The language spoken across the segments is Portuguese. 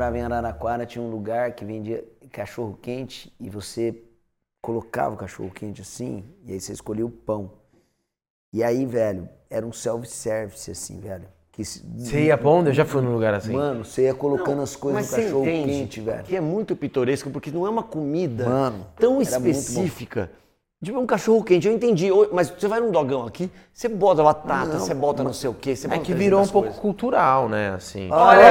morava em Araraquara, tinha um lugar que vendia cachorro quente e você colocava o cachorro quente assim, e aí você escolhia o pão. E aí, velho, era um self-service assim, velho. Você ia pra onde? Eu já fui num lugar assim. Mano, você ia colocando as coisas no cachorro quente, velho. Que é muito pitoresco, porque não é uma comida Mano, tão era muito específica. Tipo, um cachorro quente, eu entendi. Mas você vai num dogão aqui, você bota batata, você bota não sei o quê. Você bota que virou um 300 pouco coisas. cultural, né? Assim. Olha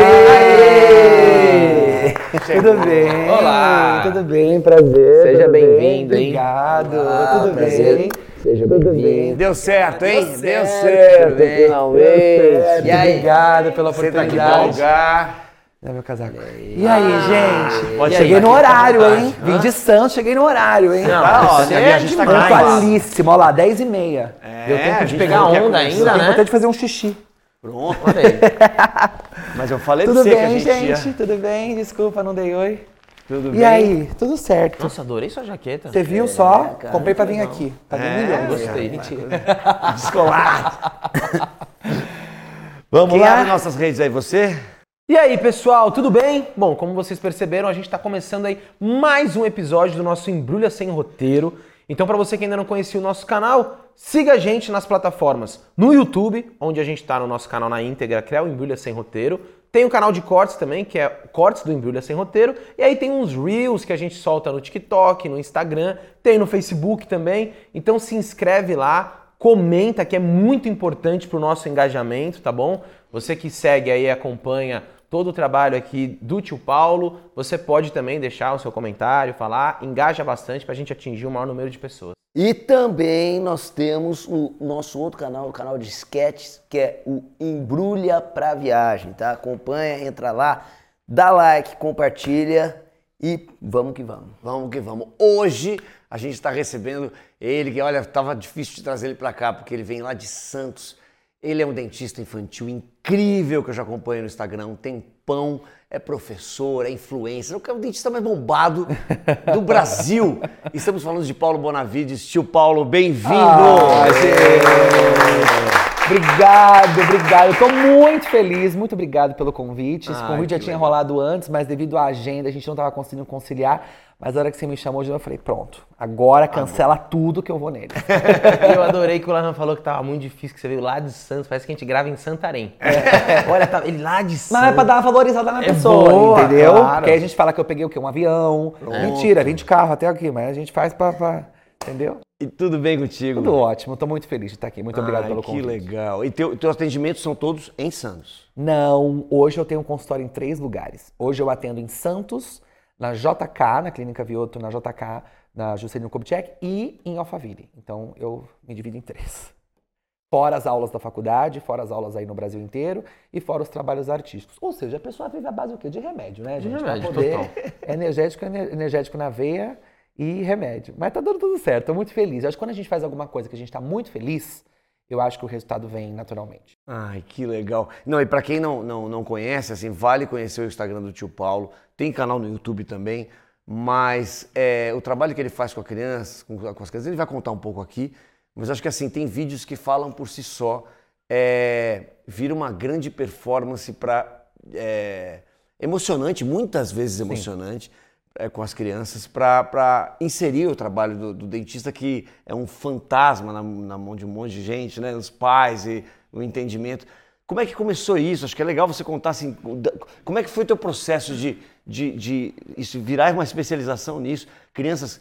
aí! Tudo bem? Olá! Tudo bem, prazer. Seja tudo bem-vindo, bem? hein? Obrigado, tudo prazer. bem? Seja bem-vindo. Deu certo, hein? Deu certo, certo, finalmente. E aí? Obrigado pela Você tá aqui oportunidade. no lugar. É meu casaco. E aí, gente? Pode Cheguei chegar no aqui, horário, fica à hein? vontade. Vim de Santos, cheguei no horário, hein? Não, Tá, ó, você a é gente tá demais. Pontualíssimo, olha lá, 10h30. Deu tempo a de gente pegar falou que ia onda começar. ainda, Tem né? vontade de fazer um xixi. Pronto. Olha aí. Mas eu falei Tudo pra você que a bem, gente gente? ia... Tudo bem? Desculpa, não dei oi. Tudo E bem? aí? Tudo certo. Nossa, adorei sua jaqueta. Você viu só? cara, Comprei pra vir aqui. Tá É, milhões. Gostei. Mentira. Descolado. Vamos Quem lá? abre nossas redes aí? Você? E aí, pessoal, tudo bem? Bom, como vocês perceberam, a gente está começando aí mais um episódio do nosso Embrulha Sem Roteiro. Então, para você que ainda não conhecia o nosso canal, siga a gente nas plataformas no YouTube, onde a gente está no nosso canal na íntegra, que é o Embrulha Sem Roteiro. Tem um canal de cortes também, que é Cortes do Embrulha Sem Roteiro. E aí tem uns Reels que a gente solta no TikTok, no Instagram, tem no Facebook também. Então se inscreve lá, comenta, que é muito importante para o nosso engajamento, tá bom? Você que segue aí e acompanha todo o trabalho aqui do Tio Paulo, você pode também deixar o seu comentário, falar, engaja bastante para a gente atingir o maior número de pessoas. E também nós temos o nosso outro canal, o canal de sketches, que é o Embrulha pra Viagem, tá? Acompanha, entra lá, dá like, compartilha e vamos que vamos. Vamos que vamos. Hoje a gente está recebendo ele, que olha, tava difícil de trazer ele para cá, porque ele vem lá de Santos. Ele é um dentista infantil incrível que eu já acompanho no Instagram há um tempão. É professor, é influencer, é o dentista mais bombado do Brasil. Estamos falando de Paulo Bonavides. Tio Paulo, bem-vindo! Obrigado. Eu tô muito feliz, muito obrigado pelo convite. Esse convite já tinha rolado antes, mas devido à agenda a gente não tava conseguindo conciliar. Mas na hora que você me chamou, eu falei, pronto, agora cancela tudo que eu vou nele. Eu adorei que o Lahan falou que tava muito difícil, que você veio lá de Santos, parece que a gente grava em Santarém. Olha, ele lá de Santos. Mas é pra dar uma valorizada na pessoa, boa, entendeu? claro. Porque aí a gente fala que eu peguei o quê? Um avião. Mentira, vim de carro até aqui, mas a gente faz pra entendeu? E tudo bem contigo? Tudo ótimo, tô muito feliz de estar aqui. Muito obrigado pelo Que convite. legal. E teus atendimentos são todos em Santos? Não, hoje eu tenho um consultório em 3 lugares. Hoje eu atendo em Santos, na JK, na Clínica Vioto, na JK, na Juscelino Kubitschek e em Alphaville. Então eu me divido em 3. Fora as aulas da faculdade, fora as aulas aí no Brasil inteiro e fora os trabalhos artísticos. Ou seja, a pessoa vive à base do quê? De remédio, né, gente? De remédio, pra poder, total. energético na veia e remédio. Mas tá dando tudo certo, tô muito feliz. Eu acho que quando a gente faz alguma coisa que a gente tá muito feliz, eu acho que o resultado vem naturalmente. Ai, que legal. Não, e pra quem não conhece, assim, vale conhecer o Instagram do Tio Paulo. Tem canal no YouTube também, mas o trabalho que ele faz com a criança, com as crianças, ele vai contar um pouco aqui, mas acho que assim, tem vídeos que falam por si só. Vira uma grande performance emocionante, muitas vezes emocionante, com as crianças, para inserir o trabalho do dentista, que é um fantasma na mão de um monte de gente, né? Os pais e o entendimento. Como é que começou isso? Acho que é legal você contar assim, como é que foi o teu processo de isso virar uma especialização nisso? Crianças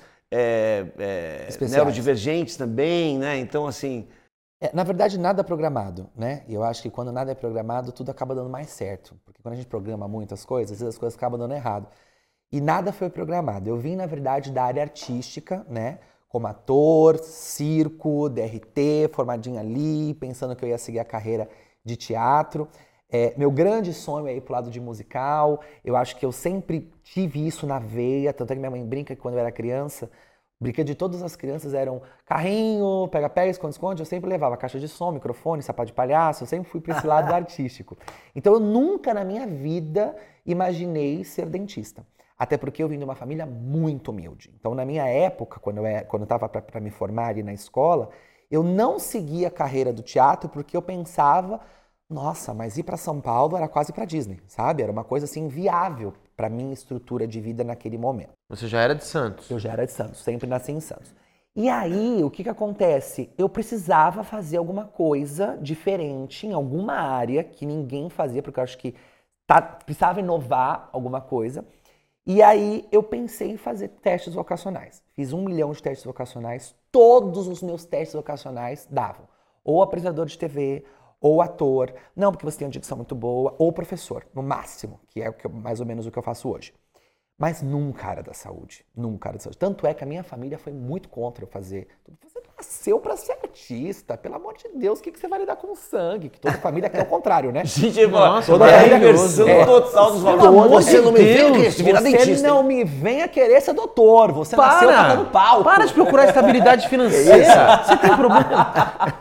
neurodivergentes também, né? Então, assim... Na verdade, nada é programado, né? E eu acho que quando nada é programado, tudo acaba dando mais certo. Porque quando a gente programa muitas coisas, às vezes as coisas acabam dando errado. E nada foi programado. Eu vim, na verdade, da área artística, né? Como ator, circo, DRT, formadinho ali, pensando que eu ia seguir a carreira de teatro. Meu grande sonho é ir pro lado de musical. Eu acho que eu sempre tive isso na veia, tanto é que minha mãe brinca que quando eu era criança, brinquedo de todas as crianças eram carrinho, pega-pega, esconde-esconde. Eu sempre levava caixa de som, microfone, sapato de palhaço. Eu sempre fui para esse lado artístico. Então eu nunca na minha vida imaginei ser dentista. Até porque eu vim de uma família muito humilde. Então na minha época, quando eu estava para me formar ali na escola, eu não seguia a carreira do teatro porque eu pensava Nossa, mas ir para São Paulo era quase para Disney, sabe? Era uma coisa assim inviável para minha estrutura de vida naquele momento. Você já era de Santos? Eu já era de Santos, sempre nasci em Santos. E aí, o que acontece? Eu precisava fazer alguma coisa diferente em alguma área que ninguém fazia, porque eu acho que precisava inovar alguma coisa. E aí, eu pensei em fazer testes vocacionais. Fiz 1 milhão de testes vocacionais. Todos os meus testes vocacionais davam. Ou apresentador de TV, ou ator. Não, porque você tem uma dicção muito boa. Ou professor, no máximo, que é mais ou menos o que eu faço hoje. Mas nunca era da saúde, nunca era da saúde. Tanto é que a minha família foi muito contra eu fazer. Você nasceu pra ser artista, pelo amor de Deus, o que você vai lidar com sangue? Que toda família quer o contrário, né? Gente, Nossa, toda a maravilhoso. inversão total dos valores. Você não me vem querer se virar dentista. Você não me venha querer ser doutor, você nasceu pagando pau. Para de procurar estabilidade financeira. Você tem problema.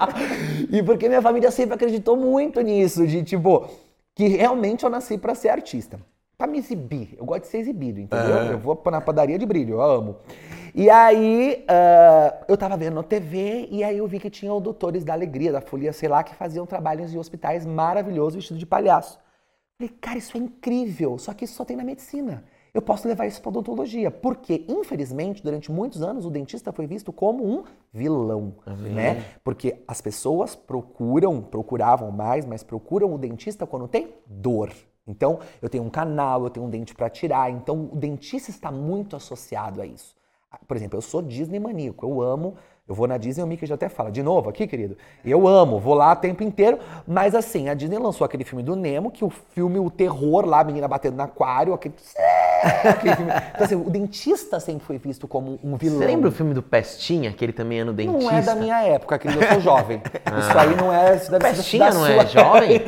E porque minha família sempre acreditou muito nisso, de tipo, que realmente eu nasci pra ser artista. Pra me exibir. Eu gosto de ser exibido, entendeu? Eu vou na padaria de brilho, eu amo. E aí, eu tava vendo na TV e aí eu vi que tinha o Doutores da Alegria, da Folia, sei lá, que faziam trabalhos em hospitais maravilhosos vestidos de palhaço. Falei, cara, isso é incrível, só que isso só tem na medicina. Eu posso levar isso pra odontologia, porque, infelizmente, durante muitos anos, o dentista foi visto como um vilão, né? Porque as pessoas procuravam mais, mas procuram o dentista quando tem dor. Então, eu tenho um canal, eu tenho um dente para tirar, então o dentista está muito associado a isso. Por exemplo, eu sou Disney maníaco, eu amo, eu vou na Disney, o Mickey já até fala, de novo aqui, querido? Eu amo, vou lá o tempo inteiro, mas assim, a Disney lançou aquele filme do Nemo, que o filme, o terror lá, a menina batendo no aquário, aquele filme. Então assim, o dentista sempre foi visto como um vilão. Você lembra o filme do Pestinha, que ele também é no dentista? Não é da minha época, querido, eu sou jovem. Isso aí não é... Isso deve Pestinha ser não sua... é jovem?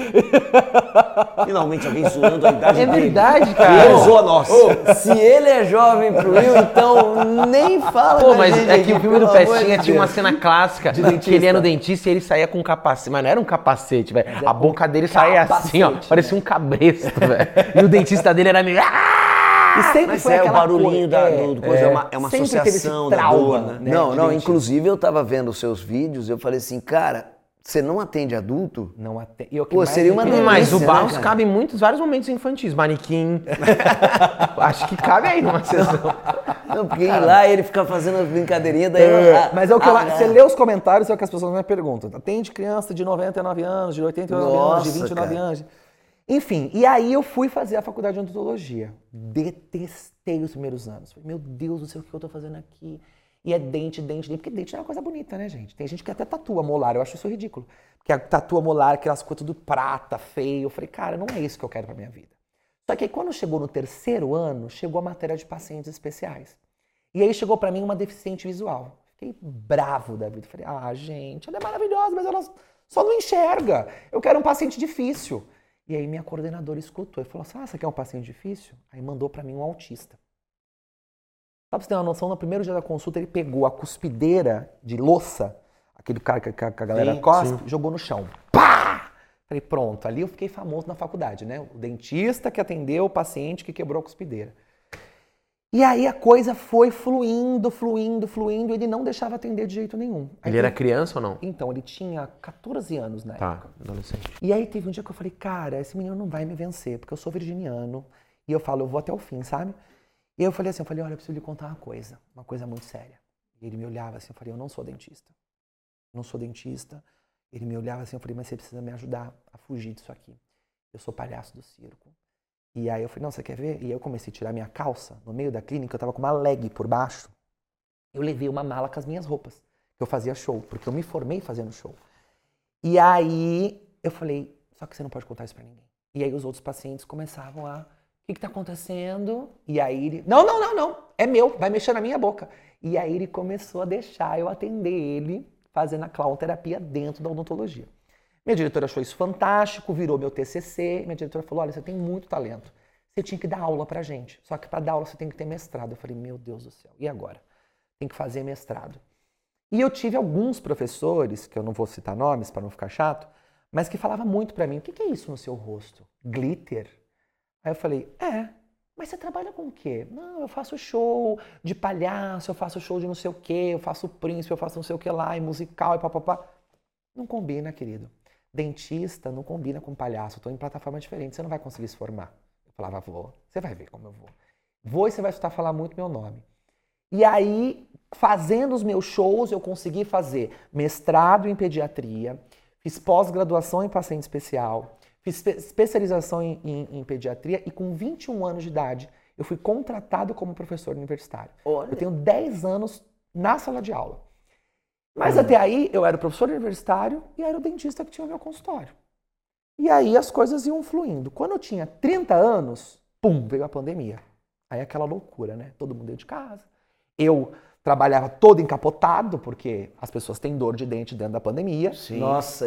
Finalmente alguém zoando a idade dele. É verdade, E cara. ele zoa a nossa. Se ele é jovem pro Will, então nem fala Pô, da mas gente é que aqui, o filme do pelo amor Pestinha de tinha uma Deus. cena clássica que ele ia no dentista e ele saía com um capacete. Mas não era um capacete, velho. A boca dele saía assim, ó. capacete, Parecia um cabresto, velho. E o dentista dele era meio... E sempre Mas foi é, o aquela barulhinho do coisa, é uma sempre teve esse associação da trauma, dor, né? né? Não, de não, dentista. inclusive eu tava vendo os seus vídeos, eu falei assim, cara, você não atende adulto? Não até. E o que Pô, mais seria me uma pegou- Mas o delícia, Barros né, cara? cabe em vários momentos infantis. Manequim. Acho que cabe aí numa sessão. Não, porque ir lá ele fica fazendo as brincadeirinhas, daí Mas é o que você lê os comentários, é o que as pessoas me perguntam. Atende criança de 99 anos, de 89 anos, de Nossa, 29 cara. anos. Enfim, e aí eu fui fazer a faculdade de odontologia. Detestei os primeiros anos. Falei, meu Deus do céu, o que eu tô fazendo aqui? E é dente, porque dente não é uma coisa bonita, né, gente? Tem gente que até tatua molar, eu acho isso ridículo. Porque tatua molar, aquelas coisas tudo prata, feio. Eu falei, cara, não é isso que eu quero pra minha vida. Só que aí, quando chegou no 3º ano, chegou a matéria de pacientes especiais. E aí chegou pra mim uma deficiente visual. Fiquei bravo da vida. Falei, gente, ela é maravilhosa, mas ela só não enxerga. Eu quero um paciente difícil. E aí minha coordenadora escutou e falou assim, você quer um paciente difícil? Aí mandou pra mim um autista. Só pra você ter uma noção, no primeiro dia da consulta ele pegou a cuspideira de louça, aquele cara que a galera cospe, jogou no chão. Pá! Falei, pronto, ali eu fiquei famoso na faculdade, né? O dentista que atendeu o paciente que quebrou a cuspideira. E aí a coisa foi fluindo, e ele não deixava atender de jeito nenhum. Aí Ele era criança ou não? Então, ele tinha 14 anos na época. Tá, adolescente. E aí teve um dia que eu falei, cara, esse menino não vai me vencer, porque eu sou virginiano, e eu falo, eu vou até o fim, sabe? E eu falei assim, olha, eu preciso lhe contar uma coisa muito séria. E ele me olhava assim, eu falei, eu não sou dentista. Não sou dentista. Ele me olhava assim, eu falei, mas você precisa me ajudar a fugir disso aqui. Eu sou palhaço do circo. E aí eu falei, não, você quer ver? E aí eu comecei a tirar minha calça, no meio da clínica, eu tava com uma leg por baixo. Eu levei uma mala com as minhas roupas, que eu fazia show, porque eu me formei fazendo show. E aí eu falei, só que você não pode contar isso pra ninguém. E aí os outros pacientes começavam a, o que tá acontecendo? E aí ele, não, é meu, vai mexer na minha boca. E aí ele começou a deixar eu atender ele, fazendo a clown terapia dentro da odontologia. Minha diretora achou isso fantástico, virou meu TCC. Minha diretora falou, olha, você tem muito talento. Você tinha que dar aula pra gente. Só que pra dar aula você tem que ter mestrado. Eu falei, meu Deus do céu, e agora? Tem que fazer mestrado. E eu tive alguns professores, que eu não vou citar nomes para não ficar chato, mas que falavam muito pra mim, o que é isso no seu rosto? Glitter? Aí eu falei, mas você trabalha com o quê? Não, eu faço show de palhaço, eu faço show de não sei o quê, eu faço príncipe, eu faço não sei o que lá, e musical, e papapá. Não combina, querido. dentista não combina com palhaço, eu tô em plataforma diferente, você não vai conseguir se formar. Eu falava, vou, você vai ver como eu vou. Vou e você vai escutar falar muito meu nome. E aí, fazendo os meus shows, eu consegui fazer mestrado em pediatria, fiz pós-graduação em paciente especial, fiz especialização em pediatria e com 21 anos de idade, eu fui contratado como professor universitário. Olha. Eu tenho 10 anos na sala de aula. Mas até aí, eu era o professor universitário e era o dentista que tinha o meu consultório. E aí as coisas iam fluindo. Quando eu tinha 30 anos, pum, veio a pandemia. Aí aquela loucura, né? Todo mundo dentro de casa. Eu trabalhava todo encapotado, porque as pessoas têm dor de dente dentro da pandemia. Sim. Nossa,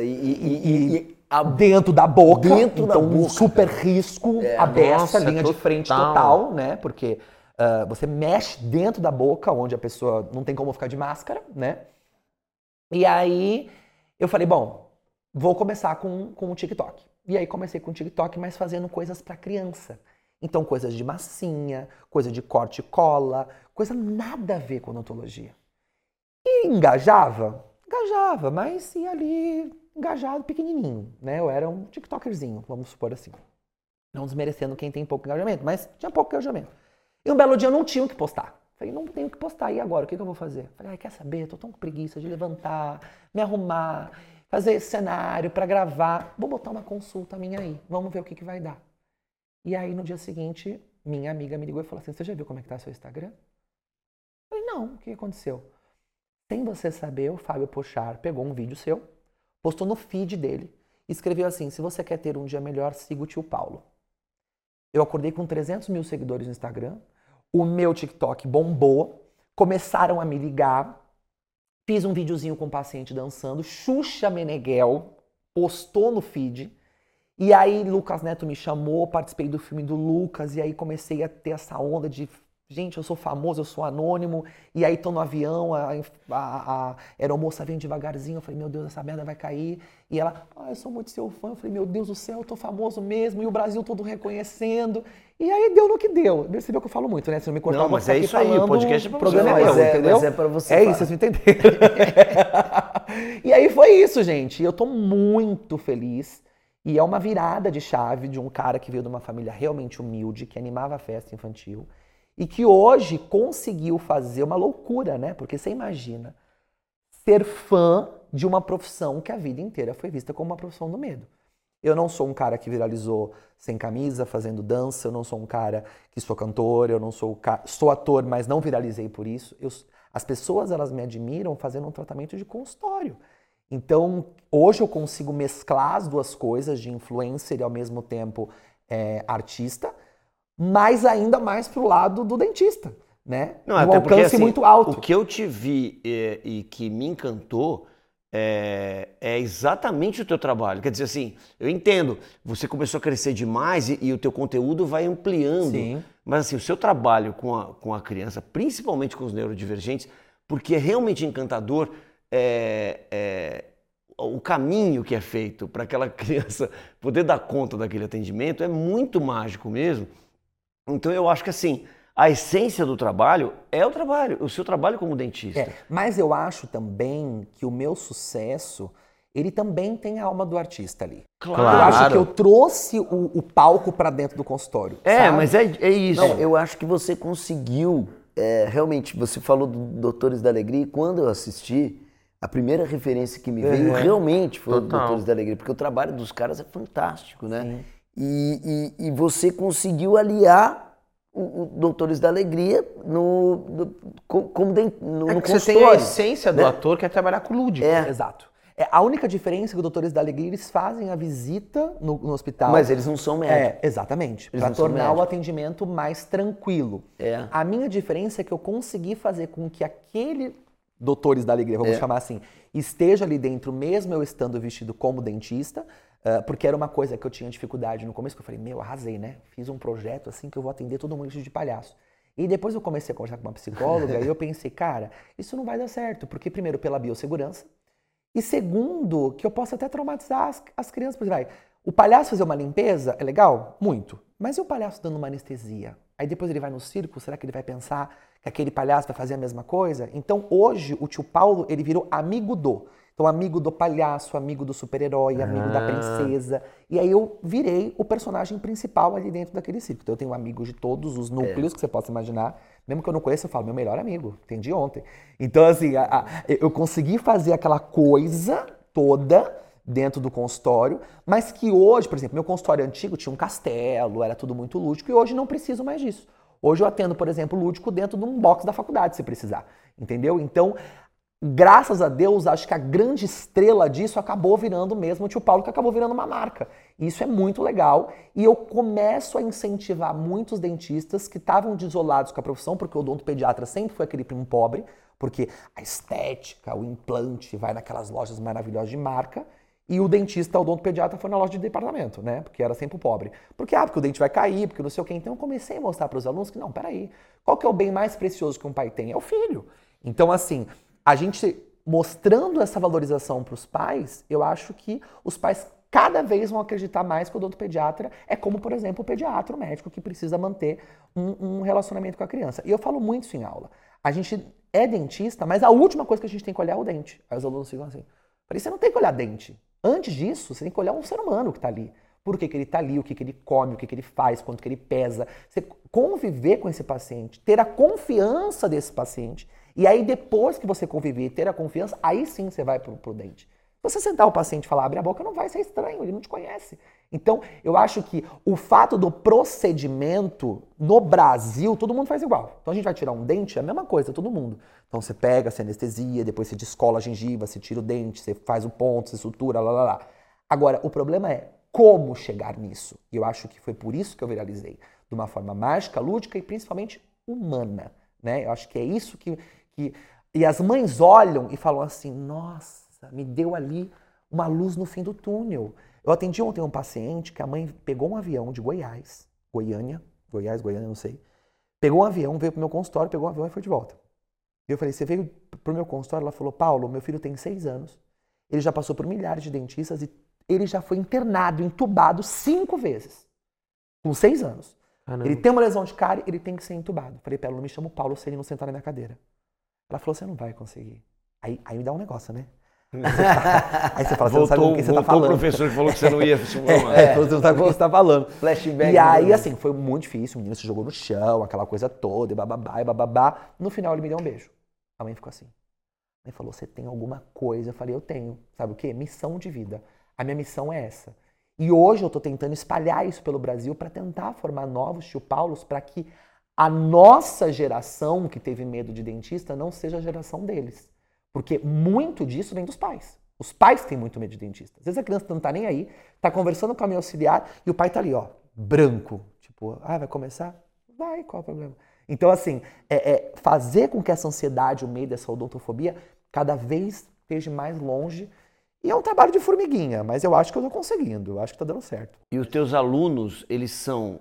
Dentro da boca, Dentro da então um boca, super risco, aberta, Nossa, linha de frente total, né? Porque você mexe dentro da boca, onde a pessoa não tem como ficar de máscara, né? E aí eu falei, bom, vou começar com o TikTok. E aí comecei com o TikTok, mas fazendo coisas para criança. Então coisas de massinha, coisa de corte e cola, coisa nada a ver com odontologia. E engajava, mas ia ali engajado pequenininho, né? Eu era um TikTokerzinho, vamos supor assim. Não desmerecendo quem tem pouco engajamento, mas tinha pouco engajamento. E um belo dia eu não tinha o que postar. Falei, não tenho o que postar, e agora? O que eu vou fazer? Falei, quer saber? Eu tô tão com preguiça de levantar, me arrumar, fazer esse cenário pra gravar. Vou botar uma consulta minha aí, vamos ver o que vai dar. E aí no dia seguinte, minha amiga me ligou e falou assim, você já viu como é que tá seu Instagram? Falei, não, o que aconteceu? Sem você saber, o Fábio Pochar pegou um vídeo seu, postou no feed dele e escreveu assim, se você quer ter um dia melhor, siga o tio Paulo. Eu acordei com 300 mil seguidores no Instagram, o meu TikTok bombou, começaram a me ligar, fiz um videozinho com o paciente dançando, Xuxa Meneghel postou no feed, e aí Lucas Neto me chamou, participei do filme do Lucas, e aí comecei a ter essa onda de, gente, eu sou famoso, eu sou anônimo, e aí tô no avião, a aeromoça vem devagarzinho, eu falei, meu Deus, essa merda vai cair, e ela, eu sou muito seu fã, eu falei, meu Deus do céu, eu tô famoso mesmo, e o Brasil todo reconhecendo, e aí deu no que deu. Percebeu que eu falo muito, né? Se não me cortar, Não, eu vou mas ficar é aqui isso aí, o falando, podcast é pra você programa falar, meu, mas entendeu? mas é pra você É falar. isso, vocês entenderam. E aí foi isso, gente. Eu tô muito feliz. E é uma virada de chave de um cara que veio de uma família realmente humilde, que animava a festa infantil, e que hoje conseguiu fazer uma loucura, né? Porque você imagina ser fã de uma profissão que a vida inteira foi vista como uma profissão do medo. Eu não sou um cara que viralizou sem camisa, fazendo dança, eu não sou um cara que sou cantor, eu não sou sou ator, mas não viralizei por isso. As pessoas, elas me admiram fazendo um tratamento de consultório. Então, hoje eu consigo mesclar as duas coisas, de influencer e ao mesmo tempo artista, mas ainda mais pro lado do dentista, né? Não, um até porque, alcance assim, muito alto. O que eu te vi e que me encantou é exatamente o teu trabalho. Quer dizer assim, eu entendo, você começou a crescer demais e o teu conteúdo vai ampliando. Sim. Mas assim, o seu trabalho com a criança, principalmente com os neurodivergentes, porque é realmente encantador o caminho que é feito para aquela criança poder dar conta daquele atendimento é muito mágico mesmo. Então eu acho que assim, a essência do trabalho é o seu trabalho como dentista. Mas eu acho também que o meu sucesso, ele também tem a alma do artista ali. Claro. Eu acho que eu trouxe o palco pra dentro do consultório. sabe? Mas é isso. Não, eu acho que você conseguiu, realmente, você falou do Doutores da Alegria, e quando eu assisti, a primeira referência que me veio realmente foi o Doutores da Alegria, porque o trabalho dos caras é fantástico, né? E você conseguiu aliar o Doutores da Alegria no Você consultório. tem a essência do né? ator, que é trabalhar com o lúdico. Exato. A única diferença é que os Doutores da Alegria, eles fazem a visita no hospital. Mas eles não são médicos. Exatamente. Eles Para não são tornar o médicos. atendimento mais tranquilo. A minha diferença é que eu consegui fazer com que aquele Doutores da Alegria, vamos chamar assim, esteja ali dentro, mesmo eu estando vestido como dentista, porque era uma coisa que eu tinha dificuldade no começo, que eu falei, arrasei, né? Fiz um projeto assim que eu vou atender todo mundo de palhaço. E depois eu comecei a conversar com uma psicóloga e eu pensei, cara, isso não vai dar certo, porque primeiro pela biossegurança, e segundo, que eu posso até traumatizar as crianças, porque o palhaço fazer uma limpeza é legal? Muito. Mas e o palhaço dando uma anestesia? Aí depois ele vai no circo, será que ele vai pensar que aquele palhaço vai fazer a mesma coisa? Então hoje o tio Paulo, ele virou amigo do. Então amigo do palhaço, amigo do super-herói, amigo da princesa. E aí eu virei o personagem principal ali dentro daquele circo. Então eu tenho amigos de todos os núcleos que você possa imaginar. Mesmo que eu não conheça, eu falo, meu melhor amigo, entendi ontem. Então assim, eu consegui fazer aquela coisa toda dentro do consultório, mas que hoje, por exemplo, meu consultório antigo tinha um castelo, era tudo muito lúdico, e hoje não preciso mais disso. Hoje eu atendo, por exemplo, lúdico dentro de um box da faculdade, se precisar, entendeu? Então, graças a Deus, acho que a grande estrela disso acabou virando mesmo o tio Paulo, que acabou virando uma marca. E isso é muito legal, e eu começo a incentivar muitos dentistas que estavam desolados com a profissão, porque o odontopediatra sempre foi aquele primo pobre, porque a estética, o implante, vai naquelas lojas maravilhosas de marca, e o dentista, o odontopediatra, foi na loja de departamento, né? Porque era sempre o pobre. Porque o dente vai cair, porque não sei o quê. Então eu comecei a mostrar para os alunos que, não, peraí, qual que é o bem mais precioso que um pai tem? É o filho. Então, assim, a gente mostrando essa valorização para os pais, eu acho que os pais cada vez vão acreditar mais que o odontopediatra é como, por exemplo, o pediatra, o médico que precisa manter um relacionamento com a criança. E eu falo muito isso em aula. A gente é dentista, mas a última coisa que a gente tem que olhar é o dente. Aí os alunos ficam assim, falei, você não tem que olhar dente. Antes disso, você tem que olhar um ser humano que está ali. Por que ele está ali, o que ele come, o que ele faz, quanto que ele pesa. Você conviver com esse paciente, ter a confiança desse paciente. E aí depois que você conviver e ter a confiança, aí sim você vai pro dente. Você sentar o paciente e falar, abre a boca, não vai ser estranho, ele não te conhece. Então, eu acho que o fato do procedimento no Brasil, todo mundo faz igual. Então a gente vai tirar um dente, é a mesma coisa, todo mundo. Então você pega, você anestesia, depois você descola a gengiva, você tira o dente, você faz o ponto, você sutura, lá. Agora, o problema é como chegar nisso. E eu acho que foi por isso que eu viralizei. De uma forma mágica, lúdica e principalmente humana. Né? Eu acho que é isso que... E as mães olham e falam assim, nossa, me deu ali uma luz no fim do túnel. Eu atendi ontem um paciente que a mãe pegou um avião de Goiás, Goiânia, não sei. Pegou um avião, veio pro meu consultório, pegou um avião e foi de volta. E eu falei, você veio pro meu consultório? Ela falou, Paulo, meu filho tem 6 anos, ele já passou por milhares de dentistas e ele já foi internado, entubado 5 vezes, com 6 anos. Caramba. Ele tem uma lesão de cárie, ele tem que ser entubado. Falei pra ela, não me chama o Paulo se ele não sentar na minha cadeira. Ela falou, você não vai conseguir. Aí me dá um negócio, né? Aí você fala, você não sabe com quem você tá falando. O professor que falou que você não ia simular. Você não sabe com quem você tá falando. Flashback. E aí, assim, foi muito difícil. O menino se jogou no chão, aquela coisa toda, e bababá. No final, ele me deu um beijo. A mãe ficou assim. A mãe falou, você tem alguma coisa? Eu falei, eu tenho. Sabe o quê? Missão de vida. A minha missão é essa. E hoje eu tô tentando espalhar isso pelo Brasil para tentar formar novos tio Paulos para que a nossa geração que teve medo de dentista não seja a geração deles. Porque muito disso vem dos pais. Os pais têm muito medo de dentista. Às vezes a criança não tá nem aí, tá conversando com a minha auxiliar e o pai tá ali, ó, branco. Tipo, vai começar? Vai, qual é o problema? Então, assim, fazer com que essa ansiedade, o medo, essa odontofobia, cada vez esteja mais longe. E é um trabalho de formiguinha, mas eu acho que eu tô conseguindo, eu acho que tá dando certo. E os teus alunos, eles são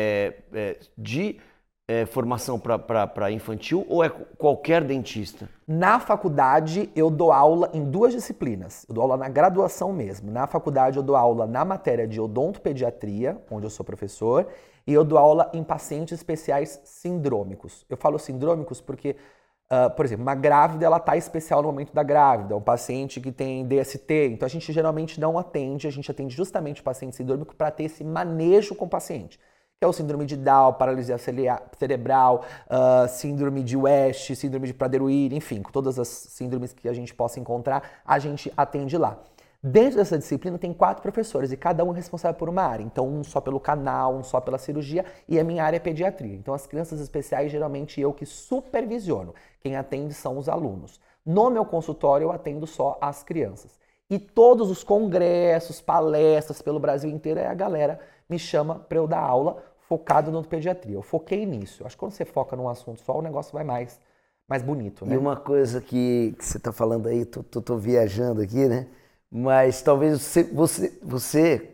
de formação para infantil ou é qualquer dentista? Na faculdade, eu dou aula em 2 disciplinas. Eu dou aula na graduação mesmo. Na faculdade, eu dou aula na matéria de odontopediatria, onde eu sou professor, e eu dou aula em pacientes especiais sindrômicos. Eu falo sindrômicos porque, por exemplo, uma grávida, ela tá especial no momento da grávida, um paciente que tem DST, então a gente geralmente não atende, a gente atende justamente o paciente sindrômico para ter esse manejo com o paciente. Que é o síndrome de Down, paralisia cerebral, síndrome de West, síndrome de Prader-Willi, enfim, todas as síndromes que a gente possa encontrar, a gente atende lá. Dentro dessa disciplina tem 4 professores e cada um é responsável por uma área. Então, um só pelo canal, um só pela cirurgia e a minha área é pediatria. Então, as crianças especiais, geralmente eu que supervisiono. Quem atende são os alunos. No meu consultório, eu atendo só as crianças. E todos os congressos, palestras pelo Brasil inteiro, a galera me chama para eu dar aula focado na pediatria. Eu foquei nisso. Eu acho que quando você foca num assunto só, o negócio vai mais bonito, né? E uma coisa que você está falando aí, tô viajando aqui, né? Mas talvez você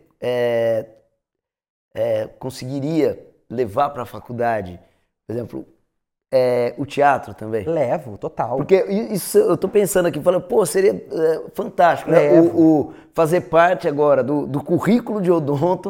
conseguiria levar para a faculdade, por exemplo, o teatro também? Levo, total. Porque isso eu tô pensando aqui, falando, pô, seria fantástico, né? O fazer parte agora do currículo de odonto,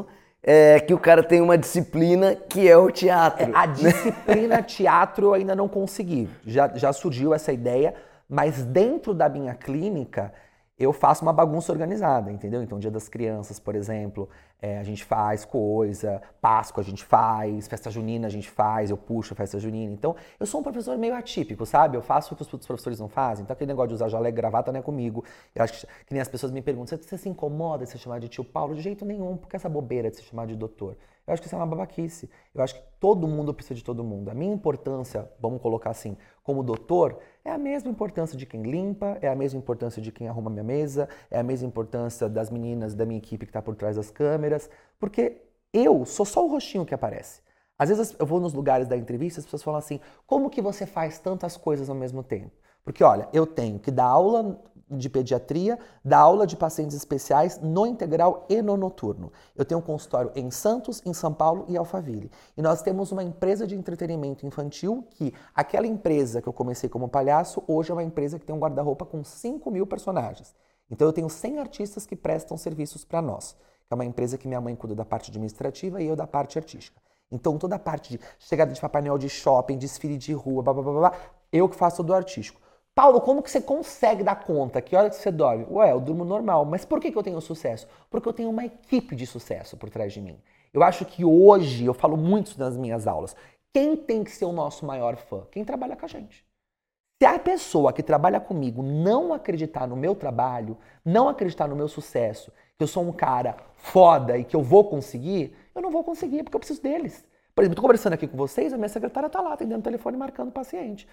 que o cara tem uma disciplina que é o teatro. A disciplina teatro eu ainda não consegui. Já surgiu essa ideia, mas dentro da minha clínica eu faço uma bagunça organizada, entendeu? Então, Dia das Crianças, por exemplo, a gente faz coisa, Páscoa a gente faz, festa junina a gente faz, eu puxo a festa junina. Então, eu sou um professor meio atípico, sabe? Eu faço o que os outros professores não fazem. Então, aquele negócio de usar jaleco e gravata não é comigo. Eu acho que nem as pessoas me perguntam, você se incomoda de ser chamado de tio Paulo? De jeito nenhum, porque essa bobeira de ser chamado de doutor. Eu acho que isso é uma babaquice. Eu acho que todo mundo precisa de todo mundo. A minha importância, vamos colocar assim, como doutor, é a mesma importância de quem limpa, é a mesma importância de quem arruma minha mesa, é a mesma importância das meninas da minha equipe que está por trás das câmeras, porque eu sou só o rostinho que aparece. Às vezes eu vou nos lugares da entrevista e as pessoas falam assim, como que você faz tantas coisas ao mesmo tempo? Porque olha, eu tenho que dar aula de pediatria, dar aula de pacientes especiais no integral e no noturno. Eu tenho um consultório em Santos, em São Paulo e Alphaville. E nós temos uma empresa de entretenimento infantil que, aquela empresa que eu comecei como palhaço, hoje é uma empresa que tem um guarda-roupa com 5.000 personagens. Então eu tenho 100 artistas que prestam serviços para nós. É uma empresa que minha mãe cuida da parte administrativa e eu da parte artística. Então toda a parte de chegada de Papai Noel de shopping, desfile de rua, blá, blá, blá, blá, eu que faço do artístico. Paulo, como que você consegue dar conta? Que hora que você dorme? Ué, eu durmo normal. Mas por que eu tenho sucesso? Porque eu tenho uma equipe de sucesso por trás de mim. Eu acho que hoje, eu falo muito isso nas minhas aulas, quem tem que ser o nosso maior fã? Quem trabalha com a gente. Se a pessoa que trabalha comigo não acreditar no meu trabalho, não acreditar no meu sucesso, que eu sou um cara foda e que eu vou conseguir, eu não vou conseguir porque eu preciso deles. Por exemplo, estou conversando aqui com vocês, a minha secretária está lá, atendendo o telefone, marcando o paciente.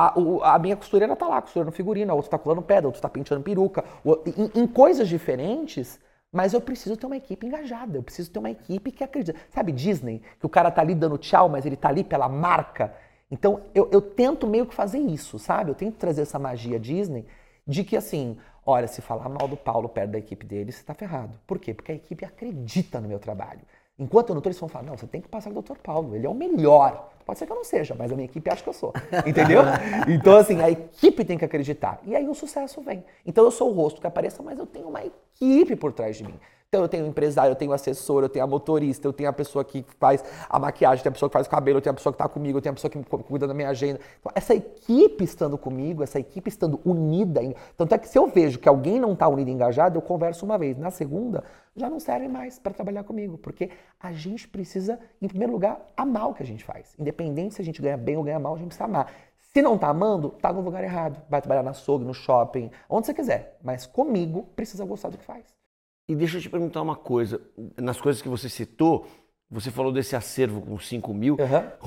A minha costureira está lá, costurando figurino, a outra está colando pedra, a outra está penteando peruca. Em coisas diferentes, mas eu preciso ter uma equipe engajada, eu preciso ter uma equipe que acredita. Sabe Disney? Que o cara tá ali dando tchau, mas ele tá ali pela marca. Então, eu tento meio que fazer isso, sabe? Eu tento trazer essa magia Disney de que, assim, olha, se falar mal do Paulo perto da equipe dele, você tá ferrado. Por quê? Porque a equipe acredita no meu trabalho. Enquanto eu não tô, eles vão falar, não, você tem que passar com o Dr. Paulo, ele é o melhor. Pode ser que eu não seja, mas a minha equipe acha que eu sou. Entendeu? Então, assim, a equipe tem que acreditar. E aí o sucesso vem. Então, eu sou o rosto que apareça, mas eu tenho uma equipe por trás de mim. Então, eu tenho um empresário, eu tenho um assessor, eu tenho a motorista, eu tenho a pessoa que faz a maquiagem, tem a pessoa que faz o cabelo, eu tenho a pessoa que tá comigo, eu tenho a pessoa que cuida da minha agenda. Então, essa equipe estando comigo, essa equipe estando unida, tanto é que se eu vejo que alguém não tá unido e engajado, eu converso uma vez. Na segunda, já não serve mais para trabalhar comigo, porque a gente precisa, em primeiro lugar, amar o que a gente faz. Independente se a gente ganha bem ou ganha mal, a gente precisa amar. Se não tá amando, tá no lugar errado. Vai trabalhar na açougue, no shopping, onde você quiser. Mas comigo, precisa gostar do que faz. E deixa eu te perguntar uma coisa. Nas coisas que você citou, você falou desse acervo com 5.000.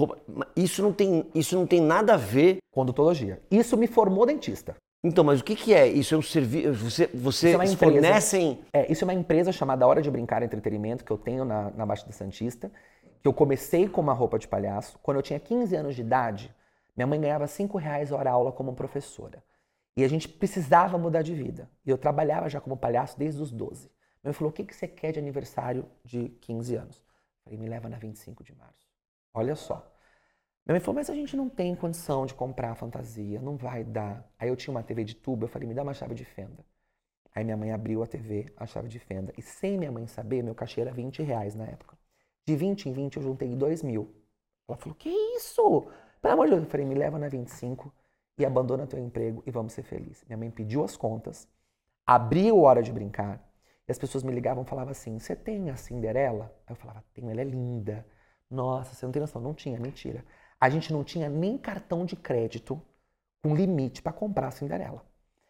Isso não tem nada a ver com odontologia. Isso me formou dentista. Então, mas o que é? Isso é um serviço? Vocês fornecem... Isso é uma empresa chamada Hora de Brincar Entretenimento, que eu tenho na Baixada Santista, que eu comecei com uma roupa de palhaço. Quando eu tinha 15 anos de idade, minha mãe ganhava R$5 hora aula como professora. E a gente precisava mudar de vida. E eu trabalhava já como palhaço desde os 12. Minha mãe falou, o que você quer de aniversário de 15 anos? Eu falei, me leva na 25 de março. Olha só. Minha mãe falou, mas a gente não tem condição de comprar fantasia, não vai dar. Aí eu tinha uma TV de tubo, eu falei, me dá uma chave de fenda. Aí minha mãe abriu a TV, a chave de fenda. E sem minha mãe saber, meu cachê era R$20 na época. De 20 em 20 eu juntei 2.000. Ela falou, que isso? Pelo amor de Deus. Eu falei, me leva na 25 e abandona teu emprego e vamos ser felizes. Minha mãe pediu as contas, abriu Hora de Brincar. E as pessoas me ligavam e falavam assim, você tem a Cinderela? Aí eu falava, tenho, ela é linda. Nossa, você não tem noção. Não tinha, mentira. A gente não tinha nem cartão de crédito com limite para comprar a Cinderela.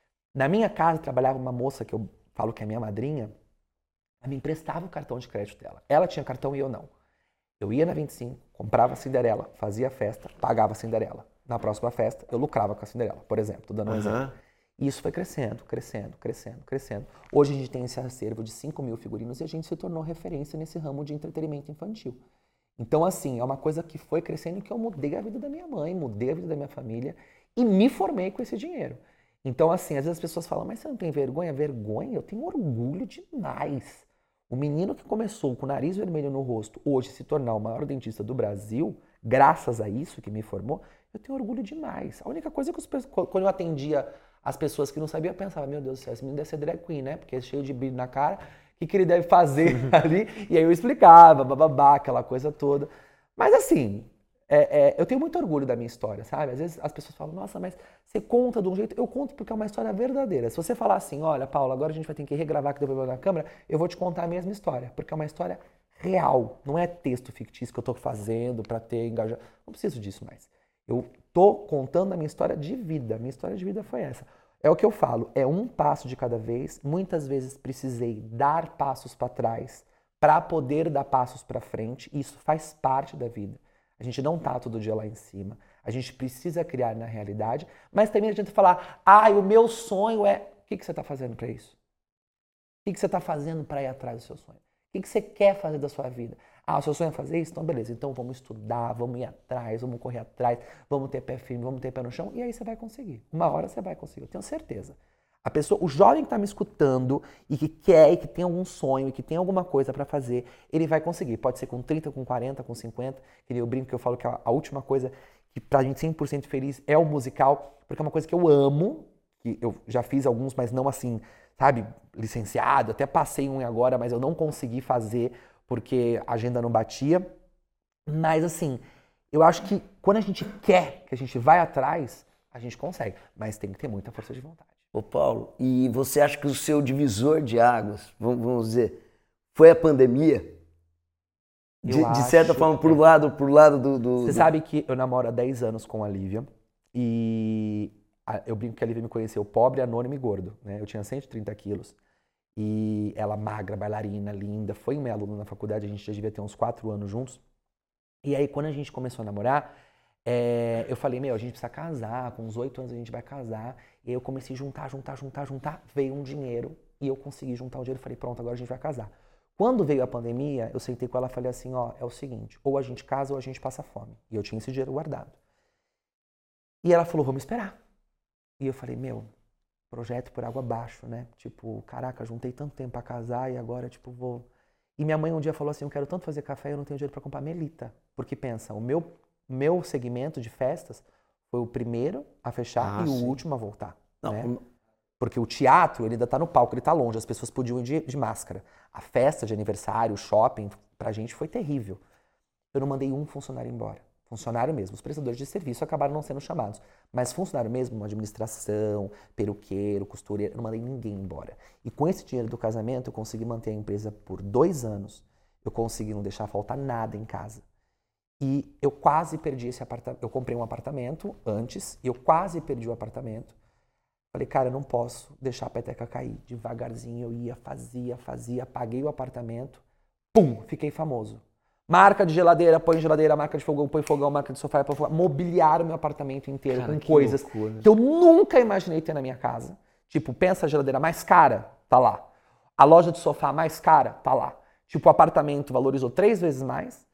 Na minha casa trabalhava uma moça que eu falo que é minha madrinha, ela me emprestava o cartão de crédito dela. Ela tinha cartão e eu não. Eu ia na 25, comprava a Cinderela, fazia a festa, pagava a Cinderela. Na próxima festa, eu lucrava com a Cinderela, por exemplo. Tô dando um exemplo. E isso foi crescendo, crescendo, crescendo, crescendo. Hoje a gente tem esse acervo de 5.000 figurinos e a gente se tornou referência nesse ramo de entretenimento infantil. Então, assim, é uma coisa que foi crescendo e que eu mudei a vida da minha mãe, mudei a vida da minha família e me formei com esse dinheiro. Então, assim, às vezes as pessoas falam, mas você não tem vergonha? Vergonha? Eu tenho orgulho demais. O menino que começou com o nariz vermelho no rosto, hoje se tornar o maior dentista do Brasil, graças a isso que me formou, eu tenho orgulho demais. A única coisa é que quando eu atendia as pessoas que não sabiam, eu pensava, meu Deus do céu, esse menino deve ser drag queen, né? Porque é cheio de brilho na cara, que ele deve fazer ali. E aí eu explicava, bababá, aquela coisa toda. Mas assim, eu tenho muito orgulho da minha história, sabe? Às vezes as pessoas falam, nossa, mas você conta de um jeito... Eu conto porque é uma história verdadeira. Se você falar assim, olha, Paulo, agora a gente vai ter que regravar que deu problema na câmera, eu vou te contar a mesma história, porque é uma história real. Não é texto fictício que eu tô fazendo pra ter engajamento. Não preciso disso mais. Eu tô contando a minha história de vida. Minha história de vida foi essa. É o que eu falo, é um passo de cada vez. Muitas vezes precisei dar passos para trás para poder dar passos para frente. E isso faz parte da vida. A gente não tá todo dia lá em cima. A gente precisa criar na realidade, mas também a gente falar, o meu sonho é... O que você tá fazendo para isso? O que você tá fazendo para ir atrás do seu sonho? O que você quer fazer da sua vida? O seu sonho é fazer isso? Então beleza, então vamos estudar, vamos ir atrás, vamos correr atrás, vamos ter pé firme, vamos ter pé no chão, e aí você vai conseguir. Uma hora você vai conseguir, eu tenho certeza. A pessoa, o jovem que está me escutando e que quer, e que tem algum sonho, e que tem alguma coisa para fazer, ele vai conseguir. Pode ser com 30, com 40, com 50, que eu brinco que eu falo que a última coisa que pra gente 100% feliz é o musical, porque é uma coisa que eu amo, que eu já fiz alguns, mas não assim, sabe, licenciado, até passei um agora, mas eu não consegui fazer porque a agenda não batia. Mas assim, eu acho que quando a gente quer, que a gente vai atrás, a gente consegue, mas tem que ter muita força de vontade. Ô Paulo, e você acha que o seu divisor de águas, vamos dizer, foi a pandemia? De certa forma, por lado do... Você sabe que eu namoro há 10 anos com a Lívia e eu brinco que a Lívia me conheceu pobre, anônimo e gordo, né? Eu tinha 130 quilos e ela magra, bailarina, linda, foi minha aluna na faculdade, a gente já devia ter uns 4 anos juntos. E aí, quando a gente começou a namorar, eu falei, a gente precisa casar, com uns 8 anos a gente vai casar. E aí eu comecei a juntar, veio um dinheiro e eu consegui juntar o dinheiro e falei, pronto, agora a gente vai casar. Quando veio a pandemia, eu sentei com ela e falei assim, é o seguinte, ou a gente casa ou a gente passa fome. E eu tinha esse dinheiro guardado. E ela falou, vamos esperar. E eu falei, projeto por água abaixo, né? Tipo, caraca, juntei tanto tempo pra casar e agora, vou... E minha mãe um dia falou assim, eu quero tanto fazer café e eu não tenho dinheiro pra comprar melita. Porque pensa, o meu segmento de festas foi o primeiro a fechar e o último a voltar. Não, né? Porque o teatro, ele ainda tá no palco, ele tá longe, as pessoas podiam ir de máscara. A festa de aniversário, o shopping, pra gente foi terrível. Eu não mandei um funcionário embora. Funcionário mesmo. Os prestadores de serviço acabaram não sendo chamados. Mas funcionário mesmo, administração, peruqueiro, costureiro, eu não mandei ninguém embora. E com esse dinheiro do casamento, eu consegui manter a empresa por 2 anos. Eu consegui não deixar faltar nada em casa. E eu quase perdi esse apartamento. Eu comprei um apartamento antes, e eu quase perdi o apartamento. Falei, cara, eu não posso deixar a peteca cair. Devagarzinho eu ia, fazia, paguei o apartamento, pum, fiquei famoso. Marca de geladeira, põe geladeira, marca de fogão, põe fogão, marca de sofá, põe fogão. Mobiliaram meu apartamento inteiro com coisas que eu nunca imaginei ter na minha casa. Tipo, pensa a geladeira mais cara, tá lá. A loja de sofá mais cara, tá lá. Tipo, o apartamento valorizou 3 vezes mais.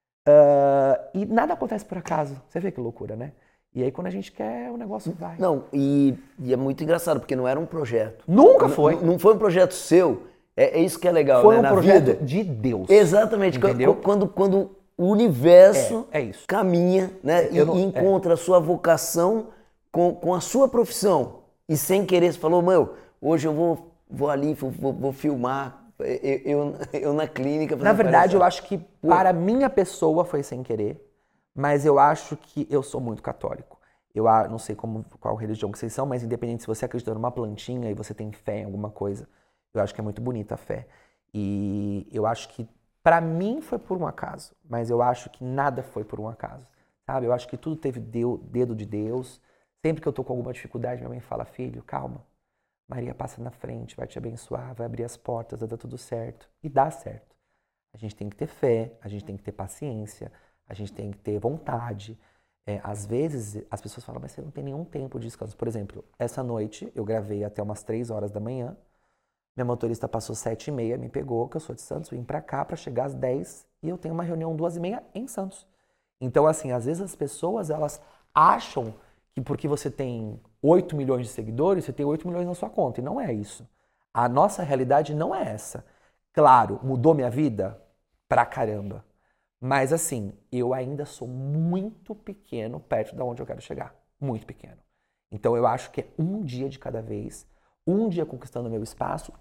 E nada acontece por acaso. Você vê que loucura, né? E aí, quando a gente quer, o negócio vai. Não, e é muito engraçado, porque não era um projeto. Nunca foi. Não foi um projeto seu. É isso que é legal, foi né? Um projeto de Deus. Exatamente. Entendeu? Quando o universo isso. caminha, né? E encontra a sua vocação com a sua profissão. E sem querer, você falou, hoje eu vou ali, vou filmar. Eu na clínica... Na verdade, eu acho que para a minha pessoa foi sem querer. Mas eu acho que eu sou muito católico. Eu não sei qual religião que vocês são, mas independente se você acredita numa plantinha e você tem fé em alguma coisa, eu acho que é muito bonita a fé. E eu acho que, pra mim, foi por um acaso. Mas eu acho que nada foi por um acaso. Sabe? Eu acho que tudo teve dedo de Deus. Sempre que eu tô com alguma dificuldade, minha mãe fala, filho, calma. Maria passa na frente, vai te abençoar, vai abrir as portas, vai dar tudo certo. E dá certo. A gente tem que ter fé, a gente tem que ter paciência, a gente tem que ter vontade. Às vezes, as pessoas falam, mas você não tem nenhum tempo de descanso. Por exemplo, essa noite eu gravei até umas 3 horas da manhã. Minha motorista passou 7h30, me pegou, que eu sou de Santos, vim pra cá pra chegar às 10 e eu tenho uma reunião 2h30 em Santos. Então, assim, às vezes as pessoas, elas acham que porque você tem 8 milhões de seguidores, você tem 8 milhões na sua conta. E não é isso. A nossa realidade não é essa. Claro, mudou minha vida? Pra caramba. Mas assim, eu ainda sou muito pequeno perto de onde eu quero chegar. Muito pequeno. Então eu acho que é um dia de cada vez, um dia conquistando meu espaço,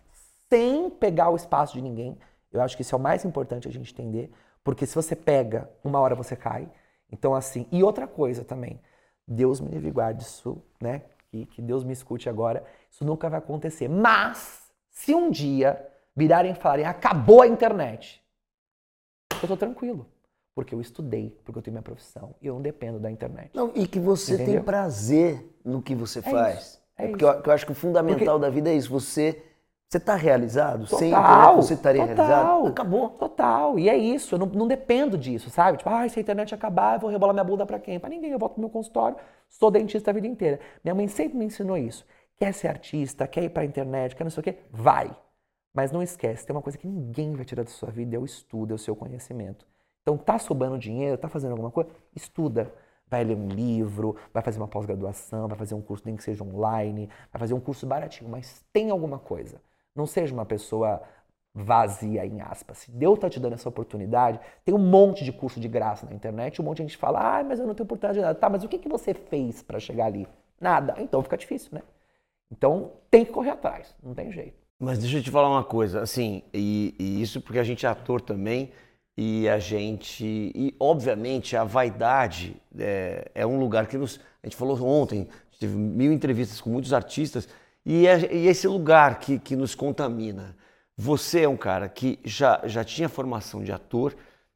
sem pegar o espaço de ninguém. Eu acho que isso é o mais importante a gente entender, porque se você pega, uma hora você cai. Então, assim, e outra coisa também, Deus me livre e guarde isso, né? Que Deus me escute agora, isso nunca vai acontecer. Mas, se um dia virarem e falarem, acabou a internet, eu tô tranquilo. Porque eu estudei, porque eu tenho minha profissão e eu não dependo da internet. Não, e que você tem prazer no que você faz. Porque eu acho que o fundamental da vida é isso. Você tá realizado? Sem internet você estaria realizado? Acabou. Total. E é isso. Eu não dependo disso, sabe? Tipo, se a internet acabar, eu vou rebolar minha bunda pra quem? Pra ninguém. Eu volto pro meu consultório, sou dentista a vida inteira. Minha mãe sempre me ensinou isso. Quer ser artista, quer ir pra internet, quer não sei o quê? Vai. Mas não esquece, tem uma coisa que ninguém vai tirar da sua vida, é o estudo, é o seu conhecimento. Então, tá sobrando dinheiro, tá fazendo alguma coisa? Estuda. Vai ler um livro, vai fazer uma pós-graduação, vai fazer um curso nem que seja online, vai fazer um curso baratinho, mas tem alguma coisa. Não seja uma pessoa vazia, em aspas. Se Deus tá te dando essa oportunidade, tem um monte de curso de graça na internet, um monte de gente fala, mas eu não tenho oportunidade de nada. Tá, mas o que você fez para chegar ali? Nada. Então fica difícil, né? Então tem que correr atrás, não tem jeito. Mas deixa eu te falar uma coisa, assim, e isso porque a gente é ator também, e obviamente a vaidade é um lugar que a gente falou ontem, a gente teve 1000 entrevistas com muitos artistas, e esse lugar que nos contamina. Você é um cara que já tinha formação de ator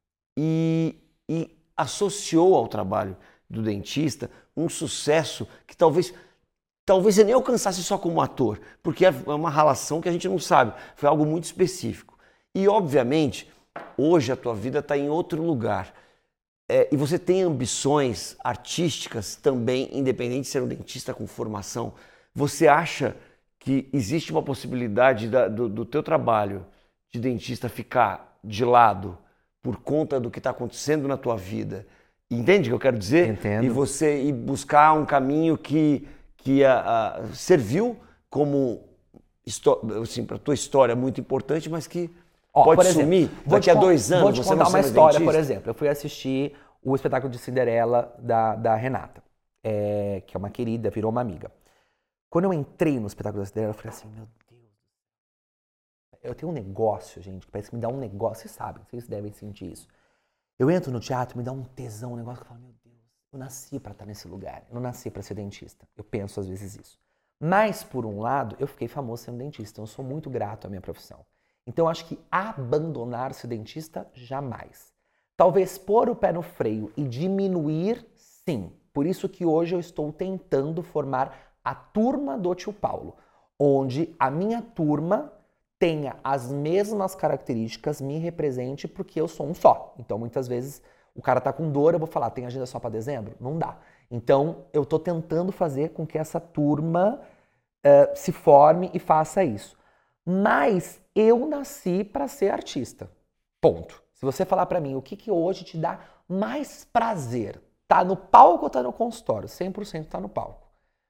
e associou ao trabalho do dentista um sucesso que talvez você nem alcançasse só como ator, porque é uma relação que a gente não sabe, foi algo muito específico. E obviamente, hoje a tua vida está em outro lugar. E você tem ambições artísticas também, independente de ser um dentista com formação. Você acha que existe uma possibilidade do teu trabalho de dentista ficar de lado por conta do que está acontecendo na tua vida? Entende o que eu quero dizer? Entendo. E você ir buscar um caminho que serviu como, assim, para a tua história muito importante, mas que pode sumir daqui a 2 anos. Vou te contar uma história, por exemplo. Eu fui assistir o espetáculo de Cinderela da Renata, que é uma querida, virou uma amiga. Quando eu entrei no espetáculo da Cinderela, eu falei assim, meu Deus, eu tenho um negócio, gente, que parece que me dá um negócio, vocês sabem, vocês devem sentir isso. Eu entro no teatro, me dá um tesão, um negócio que eu falo, meu Deus, eu nasci para estar nesse lugar, eu não nasci para ser dentista. Eu penso às vezes isso. Mas, por um lado, eu fiquei famoso sendo dentista, então eu sou muito grato à minha profissão. Então, eu acho que abandonar ser dentista, jamais. Talvez pôr o pé no freio e diminuir, sim. Por isso que hoje eu estou tentando formar a turma do Tio Paulo, onde a minha turma tenha as mesmas características, me represente, porque eu sou um só. Então, muitas vezes, o cara tá com dor, eu vou falar, tem agenda só para dezembro? Não dá. Então, eu tô tentando fazer com que essa turma se forme e faça isso. Mas eu nasci para ser artista. Ponto. Se você falar para mim o que hoje te dá mais prazer, tá no palco ou tá no consultório? 100% tá no palco.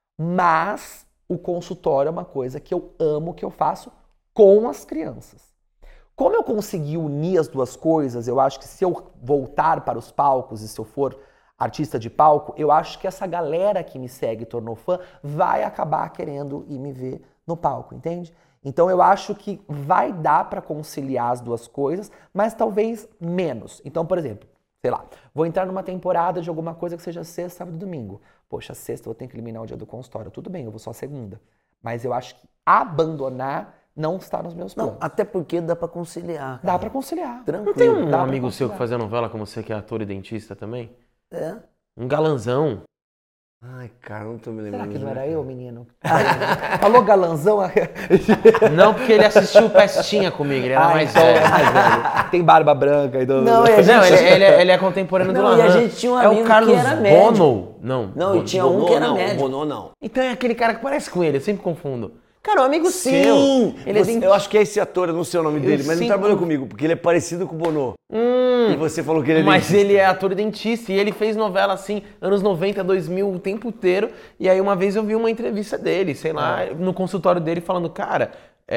Mas o consultório é uma coisa que eu amo, que eu faço com as crianças. Como eu consegui unir as duas coisas, eu acho que se eu voltar para os palcos e se eu for artista de palco, eu acho que essa galera que me segue e tornou fã vai acabar querendo ir me ver no palco, entende? Então eu acho que vai dar para conciliar as duas coisas, mas talvez menos. Então, por exemplo, sei lá, vou entrar numa temporada de alguma coisa que seja sexta, sábado e domingo. Poxa, sexta eu vou ter que eliminar o dia do consultório. Tudo bem, eu vou só segunda. Mas eu acho que abandonar não está nos meus planos. Não, até porque dá pra conciliar. Dá pra conciliar. Tranquilo. Não tem um amigo seu que fazia novela como você, que é ator e dentista também? É. Um galanzão. Ai, cara, não tô me Será lembrando. que não era eu, menino? Falou galanzão? Não, porque ele assistiu Pestinha comigo, ele era mais velho. Tem barba branca. Então... Não, e a Não, gente... ele é contemporâneo do Não, Lahan. e a gente tinha um É o amigo Carlos que era médico. Bono. Não, e tinha um que era Bono, médico. Bono não. Então é aquele cara que parece com ele, eu sempre confundo. Cara, um amigo Sim! seu. Ele é Eu acho que é esse ator, eu não sei o nome dele, mas sim, não trabalhou comigo, porque ele é parecido com o Bono. E você falou que ele é Mas dentista. ele é ator e dentista e ele fez novela assim, anos 90, 2000, o tempo inteiro. E aí uma vez eu vi uma entrevista dele, sei lá, no consultório dele falando, cara,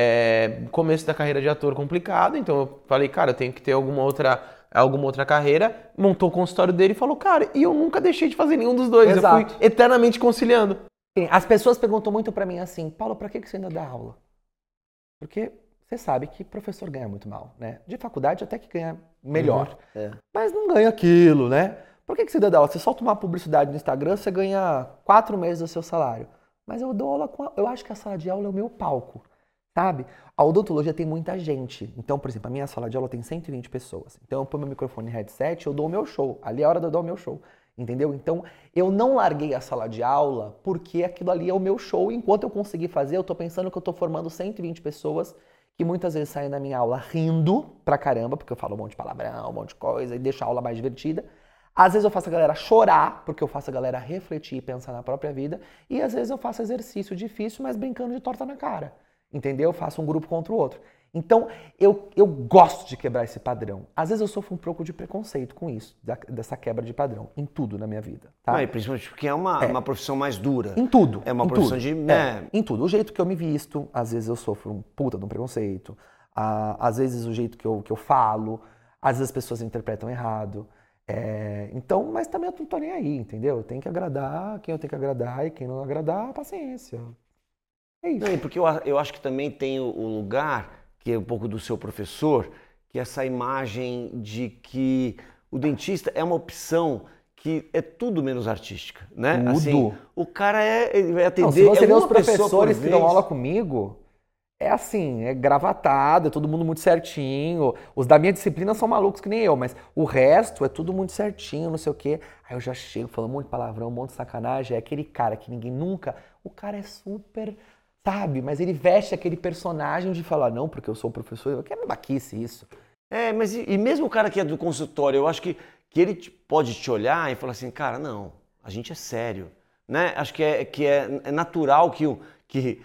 começo da carreira de ator complicado, então eu falei, cara, eu tenho que ter alguma outra carreira. Montou o consultório dele e falou, cara, e eu nunca deixei de fazer nenhum dos dois. Exato. Eu fui eternamente conciliando. As pessoas perguntam muito pra mim assim, Paulo, pra que você ainda dá aula? Porque você sabe que professor ganha muito mal, né? De faculdade até que ganha melhor. Mas não ganha aquilo, né? Por que você dá aula? Você solta uma publicidade no Instagram, você ganha 4 meses do seu salário. Mas eu dou aula eu acho que a sala de aula é o meu palco, sabe? A odontologia tem muita gente. Então, por exemplo, a minha sala de aula tem 120 pessoas. Então eu ponho meu microfone e headset, eu dou o meu show. Ali é a hora de eu dar o meu show. Entendeu? Então, eu não larguei a sala de aula porque aquilo ali é o meu show. Enquanto eu conseguir fazer, eu tô pensando que eu tô formando 120 pessoas que muitas vezes saem da minha aula rindo pra caramba, porque eu falo um monte de palavrão, um monte de coisa, e deixo a aula mais divertida. Às vezes eu faço a galera chorar, porque eu faço a galera refletir e pensar na própria vida. E às vezes eu faço exercício difícil, mas brincando de torta na cara. Entendeu? Eu faço um grupo contra o outro. Então, eu gosto de quebrar esse padrão. Às vezes eu sofro um pouco de preconceito com isso, dessa quebra de padrão, em tudo na minha vida. Tá? E principalmente porque é uma profissão mais dura. Em tudo. É uma em profissão tudo. de... Em tudo. O jeito que eu me visto, às vezes eu sofro um puta de um preconceito. Às vezes o jeito que eu falo, às vezes as pessoas interpretam errado. Então, mas também eu não tô nem aí, entendeu? Eu tenho que agradar quem eu tenho que agradar e quem não agradar, paciência. É isso. Não, porque eu acho que também tem o lugar, que é um pouco do seu professor, que é essa imagem de que o dentista é uma opção que é tudo menos artística, né? Tudo. Assim, o cara ele vai atender... Não, se você vê os uma pessoa professores por que dão vez. aula comigo, é assim, é gravatado, é todo mundo muito certinho. Os da minha disciplina são malucos que nem eu, mas o resto é tudo muito certinho, não sei o quê. Aí eu já chego falando um monte de palavrão, um monte de sacanagem. É aquele cara que ninguém nunca... O cara é super... Sabe? Mas ele veste aquele personagem de falar, não, porque eu sou professor. Que é babaquice isso. Mas e mesmo o cara que é do consultório, eu acho que ele pode te olhar e falar assim, cara, não, a gente é sério, né? Acho que é natural que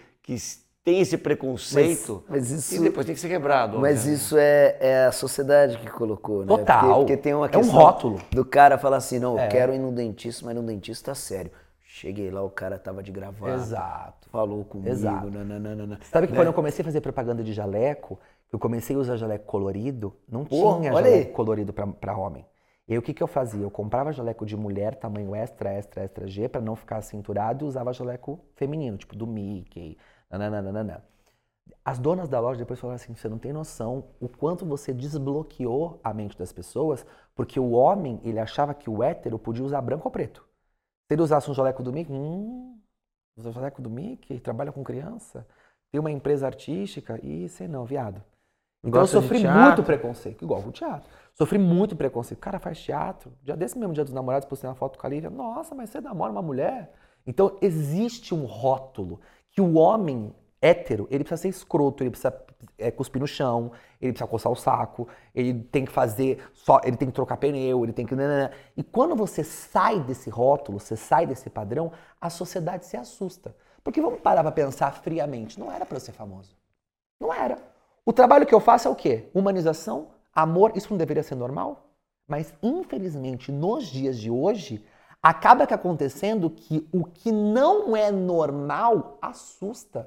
tem esse preconceito mas isso, e depois tem que ser quebrado. Mas obviamente. isso é a sociedade que colocou, né? Total. Porque tem uma É questão um rótulo. do cara falar assim, não, eu quero ir no dentista, mas no dentista sério. Cheguei lá, o cara tava de gravata. Exato. Falou comigo. Exato. Nananana. Sabe que quando eu comecei a fazer propaganda de jaleco, eu comecei a usar jaleco colorido, não tinha olha jaleco aí. colorido pra homem. E aí o que eu fazia? Eu comprava jaleco de mulher, tamanho extra, extra, extra G, pra não ficar cinturado, e usava jaleco feminino, tipo do Mickey, nananana. As donas da loja depois falaram assim, você não tem noção o quanto você desbloqueou a mente das pessoas, porque o homem, ele achava que o hétero podia usar branco ou preto. Se ele usasse um jaleco do Mickey, usa o jaleco do Mickey, trabalha com criança, tem uma empresa artística, e sei não, viado. Então Gosta eu de sofri teatro? muito preconceito, igual o teatro. Sofri muito preconceito. O cara faz teatro. Já desse mesmo dia dos namorados, postei uma foto com a Lívia. Nossa, mas você namora uma mulher? Então existe um rótulo que o homem hétero, ele precisa ser escroto, ele precisa cuspir no chão, ele precisa coçar o saco, ele tem que fazer ele tem que trocar pneu, ele tem que... E quando você sai desse rótulo, você sai desse padrão, a sociedade se assusta. Porque vamos parar pra pensar friamente, não era pra eu ser famoso. Não era. O trabalho que eu faço é o quê? Humanização, amor, isso não deveria ser normal? Mas, infelizmente, nos dias de hoje, acaba que acontecendo que o que não é normal assusta.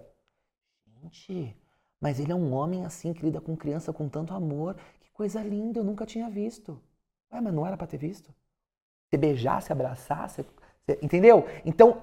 Gente, mas ele é um homem assim, que lida com criança com tanto amor. Que coisa linda, eu nunca tinha visto. Ué, mas não era pra ter visto? Se beijar, se abraçar, entendeu? Então,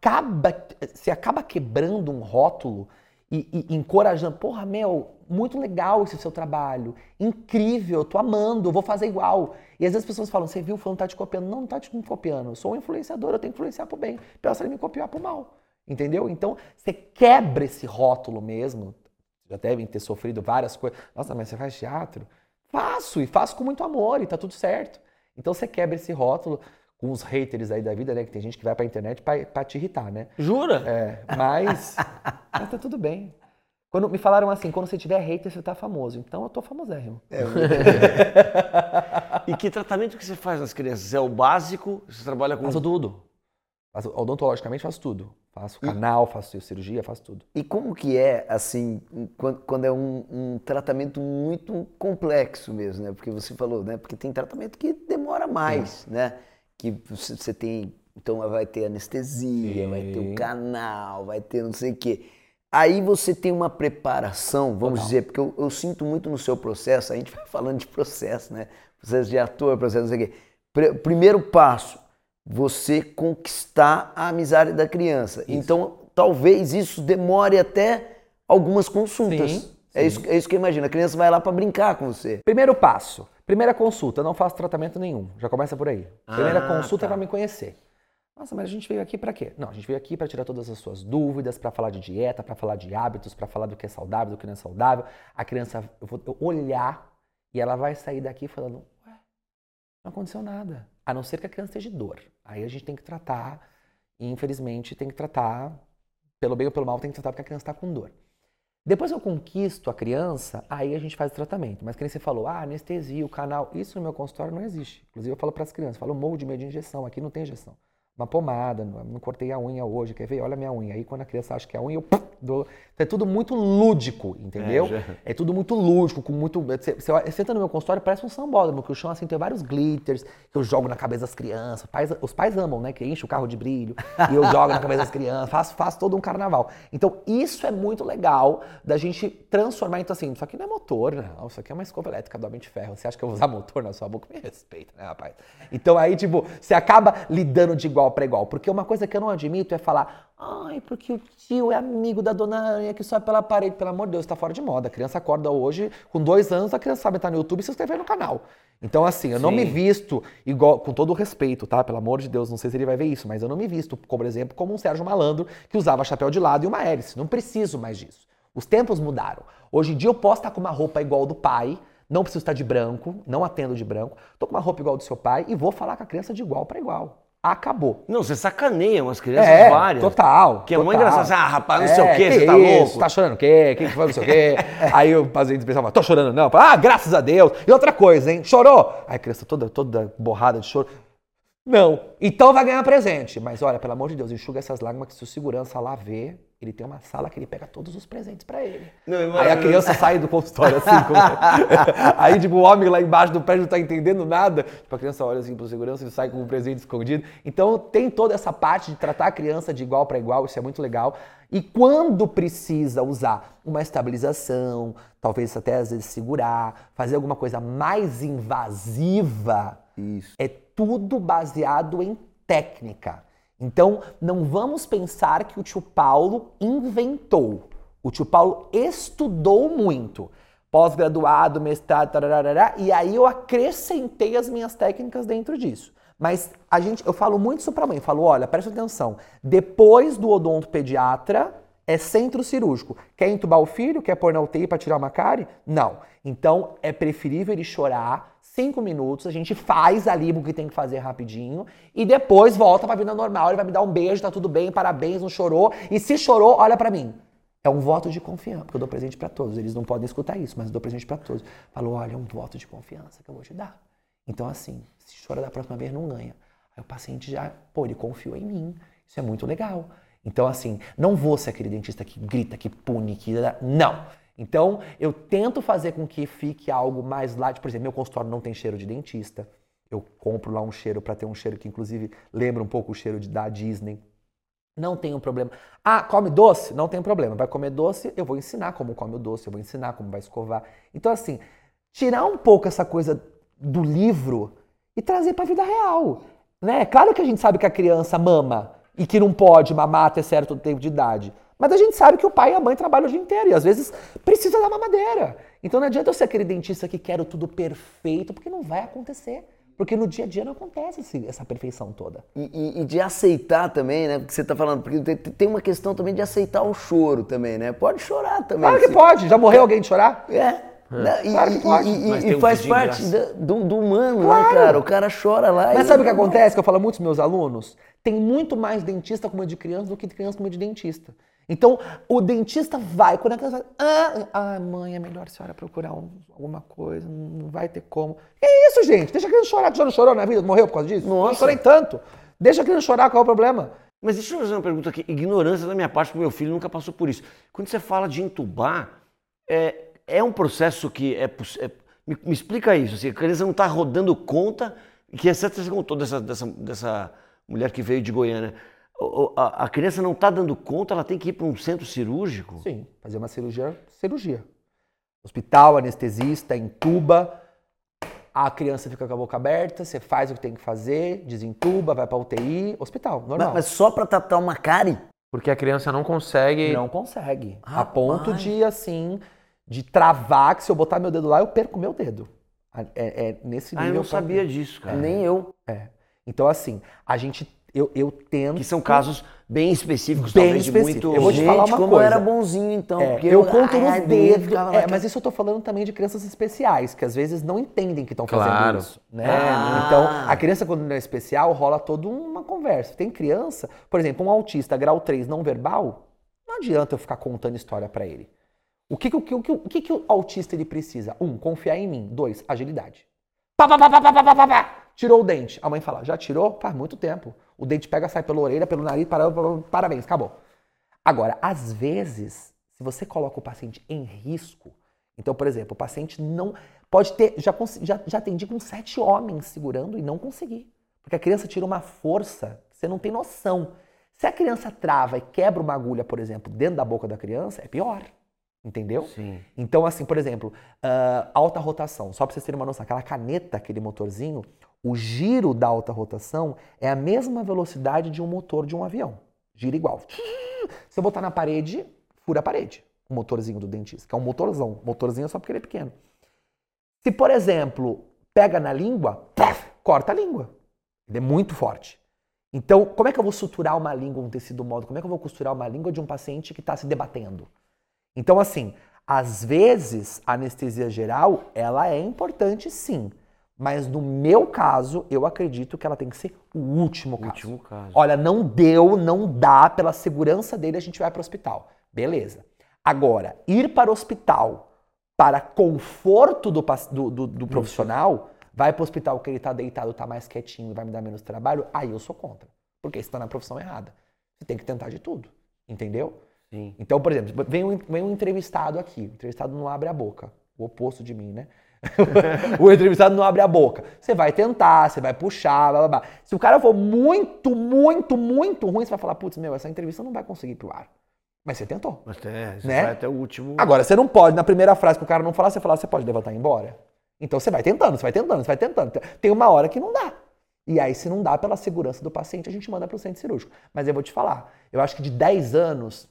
você acaba quebrando um rótulo e encorajando. Porra, muito legal esse seu trabalho. Incrível, eu tô amando, eu vou fazer igual. E às vezes as pessoas falam, você viu, fulano tá te copiando. Não tá te copiando, eu sou um influenciador, eu tenho que influenciar pro bem. Pior se ele me copiar pro mal. Entendeu? Então, você quebra esse rótulo mesmo. Já devem ter sofrido várias coisas. Nossa, mas você faz teatro? Faço, e faço com muito amor, e tá tudo certo. Então, você quebra esse rótulo com os haters aí da vida, né? Que tem gente que vai pra internet pra te irritar, né? Jura? Mas tá tudo bem. Quando me falaram assim, quando você tiver hater, você tá famoso. Então, eu tô famosérrimo. E que tratamento que você faz nas crianças? É o básico? Você trabalha com... Faço tudo. Odontologicamente, faço tudo. Faço canal, faço cirurgia, faço tudo. E como que é, assim, quando é um tratamento muito complexo mesmo, né? Porque você falou, né? Porque tem tratamento que demora mais, né? Que você tem, então vai ter anestesia, vai ter o canal, vai ter não sei o quê. Aí você tem uma preparação, vamos dizer, porque eu sinto muito no seu processo, a gente vai falando de processo, né? Processo de ator, processo não sei o quê. Primeiro passo, você conquistar a amizade da criança. Isso. Então, talvez isso demore até algumas consultas. É isso que eu imagino. A criança vai lá pra brincar com você. Primeiro passo, primeira consulta, eu não faço tratamento nenhum. Já começa por aí. Primeira consulta é pra me conhecer. Nossa, mas a gente veio aqui pra quê? Não, a gente veio aqui pra tirar todas as suas dúvidas, pra falar de dieta, pra falar de hábitos, pra falar do que é saudável, do que não é saudável. A criança, eu vou olhar e ela vai sair daqui falando, ué, não aconteceu nada. A não ser que a criança esteja de dor. Aí a gente tem que tratar, e infelizmente tem que tratar, pelo bem ou pelo mal, tem que tratar porque a criança está com dor. Depois eu conquisto a criança, aí a gente faz o tratamento. Mas que nem você falou, anestesia, o canal, isso no meu consultório não existe. Inclusive eu falo para as crianças, falo, molde meio de injeção, aqui não tem injeção. Uma pomada, não cortei a unha hoje, quer ver? Olha a minha unha. Aí quando a criança acha que é a unha, eu dou. Então é tudo muito lúdico, entendeu? É tudo muito lúdico, com muito... Você entra no meu consultório, parece um sambódromo, que o chão assim tem vários glitters, que eu jogo na cabeça das crianças. Os pais amam, né? Que enche o carro de brilho, e eu jogo na cabeça das crianças, faço todo um carnaval. Então isso é muito legal da gente transformar. Então assim, isso aqui não é motor, não. Isso aqui é uma escova elétrica do Homem de Ferro. Você acha que eu vou usar motor na sua boca? Me respeita, né, rapaz? Então aí, tipo, você acaba lidando de igual para igual. Porque uma coisa que eu não admito é falar, porque o tio é amigo da dona Aranha que sobe pela parede. Pelo amor de Deus, tá fora de moda. A criança acorda hoje, com 2 anos, a criança sabe estar no YouTube e se inscrever no canal. Então assim, eu não me visto igual, com todo o respeito, tá? Pelo amor de Deus, não sei se ele vai ver isso, mas eu não me visto, por exemplo, como um Sérgio Malandro que usava chapéu de lado e uma hélice. Não preciso mais disso. Os tempos mudaram. Hoje em dia eu posso estar com uma roupa igual do pai, não preciso estar de branco, não atendo de branco, tô com uma roupa igual do seu pai e vou falar com a criança de igual para igual. Acabou. Não, você sacaneia umas crianças várias. Total. Que é muito engraçado. Assim, rapaz, não sei o quê, você tá louco. Tá chorando o quê? Quem que foi, não sei o quê? Aí o paciente pensava, tô chorando não. Graças a Deus. E outra coisa, hein? Chorou? Aí a criança toda borrada de choro. Não. Então vai ganhar presente. Mas olha, pelo amor de Deus, enxuga essas lágrimas que se o segurança lá vê, ele tem uma sala que ele pega todos os presentes pra ele. Aí a criança sai do consultório assim. Aí tipo, o homem lá embaixo do prédio não tá entendendo nada. Tipo, a criança olha assim pro segurança e sai com um presente escondido. Então tem toda essa parte de tratar a criança de igual para igual, isso é muito legal. E quando precisa usar uma estabilização, talvez até às vezes segurar, fazer alguma coisa mais invasiva, é tudo baseado em técnica. Então, não vamos pensar que o tio Paulo inventou. O tio Paulo estudou muito. Pós-graduado, mestrado, tararara, e aí eu acrescentei as minhas técnicas dentro disso. Mas eu falo muito isso pra mãe. Eu falo, olha, presta atenção. Depois do odontopediatra, é centro cirúrgico. Quer entubar o filho? Quer pôr na UTI pra tirar uma cárie? Não. Então, é preferível ele chorar 5 minutos, a gente faz ali o que tem que fazer rapidinho e depois volta pra vida normal, ele vai me dar um beijo, tá tudo bem, parabéns, não chorou. E se chorou, olha pra mim. É um voto de confiança, porque eu dou presente pra todos. Eles não podem escutar isso, mas eu dou presente pra todos. Falo, olha, é um voto de confiança que eu vou te dar. Então assim, se chora da próxima vez, não ganha. Aí o paciente já, ele confiou em mim. Isso é muito legal. Então assim, não vou ser aquele dentista que grita, que pune, que... Não. Então, eu tento fazer com que fique algo mais light. Por exemplo, meu consultório não tem cheiro de dentista. Eu compro lá um cheiro para ter um cheiro que, inclusive, lembra um pouco o cheiro da Disney. Não tem um problema. Come doce? Não tem problema. Vai comer doce, eu vou ensinar como come o doce, eu vou ensinar como vai escovar. Então, assim, tirar um pouco essa coisa do livro e trazer para a vida real. Né? Claro que a gente sabe que a criança mama e que não pode mamar até certo tempo de idade. Mas a gente sabe que o pai e a mãe trabalham o dia inteiro e às vezes precisa da mamadeira. Então não adianta eu ser aquele dentista que quer tudo perfeito, porque não vai acontecer. Porque no dia a dia não acontece essa perfeição toda. E de aceitar também, né? Porque você tá falando, porque tem uma questão também de aceitar o choro também, né? Pode chorar também. Claro que pode. Já morreu alguém de chorar? Claro que pode. E faz parte do humano, claro. Né, cara? O cara chora lá. Mas sabe o que acontece? Que eu falo muito com meus alunos? Tem muito mais dentista com medo de criança do que criança com medo de dentista. Então, o dentista vai, quando a criança fala, mãe, é melhor a senhora procurar alguma coisa, não vai ter como. Que é isso, gente? Deixa a criança chorar, tu já não chorou na vida, morreu por causa disso? Nossa. Não chorei tanto. Deixa a criança chorar, qual é o problema? Mas deixa eu fazer uma pergunta aqui, ignorância da minha parte, porque meu filho nunca passou por isso. Quando você fala de entubar, é um processo que me explica isso, assim, a criança não está rodando conta, que é certo que você contou dessa mulher que veio de Goiânia. A criança não está dando conta, ela tem que ir para um centro cirúrgico? Sim, fazer uma cirurgia. Hospital, anestesista, entuba, a criança fica com a boca aberta, você faz o que tem que fazer, desentuba, vai para UTI, hospital, normal. Mas só para tratar uma cárie? Porque a criança não consegue... Não consegue. A ponto de, assim, de travar, que se eu botar meu dedo lá, eu perco meu dedo. É nesse nível. Eu não sabia disso, cara. Nem eu. Então, assim, eu tento... Que são casos bem específicos, Bem talvez específicos. de muito... Eu vou te falar uma como coisa. eu era bonzinho, então. Porque eu conto nos dedos. ficava lá, Mas isso eu tô falando também de crianças especiais, que às vezes não entendem que estão fazendo Claro. isso. Né? Então, a criança, quando não é especial, rola toda uma conversa. Tem criança, por exemplo, um autista grau 3 não verbal, não adianta eu ficar contando história pra ele. O que o autista ele precisa? 1, confiar em mim. 2, agilidade. Tirou o dente. A mãe fala, já tirou? Faz muito tempo. O dente pega, sai pela orelha, pelo nariz, parabéns, acabou. Agora, às vezes, se você coloca o paciente em risco, então, por exemplo, o paciente não... Pode ter... Já atendi com 7 homens segurando e não consegui. Porque a criança tira uma força que você não tem noção. Se a criança trava e quebra uma agulha, por exemplo, dentro da boca da criança, é pior. Entendeu? Sim. Então, assim, por exemplo, alta rotação. Só pra vocês terem uma noção, aquela caneta, aquele motorzinho, o giro da alta rotação é a mesma velocidade de um motor de um avião. Gira igual. Se eu botar na parede, fura a parede. O motorzinho do dentista, que é um motorzão. Motorzinho é só porque ele é pequeno. Se, por exemplo, pega na língua, corta a língua. Ele é muito forte. Então, como é que eu vou suturar uma língua, um tecido modo? Como é que eu vou costurar uma língua de um paciente que está se debatendo? Então, assim, às vezes, a anestesia geral, ela é importante sim. Mas no meu caso, eu acredito que ela tem que ser o último caso. Olha, não deu, não dá, pela segurança dele a gente vai para o hospital. Beleza. Agora, ir para o hospital para conforto do profissional, vai para o hospital que ele está deitado, está mais quietinho, vai me dar menos trabalho, aí eu sou contra. Porque você está na profissão errada. Você tem que tentar de tudo, entendeu? Sim. Então, por exemplo, vem um entrevistado aqui. O entrevistado não abre a boca. O oposto de mim, né? O entrevistado não abre a boca. Você vai tentar, você vai puxar, blá, blá, blá. Se o cara for muito, muito, muito ruim, você vai falar, putz, essa entrevista não vai conseguir ir pro ar. Mas você tentou. Mas você né? vai até o último... Agora, você não pode, na primeira frase que o cara não falar, você pode levantar e ir embora. Então você vai tentando, você vai tentando, você vai tentando. Tem uma hora que não dá. E aí, se não dá pela segurança do paciente, a gente manda pro centro cirúrgico. Mas eu vou te falar, eu acho que de 10 anos...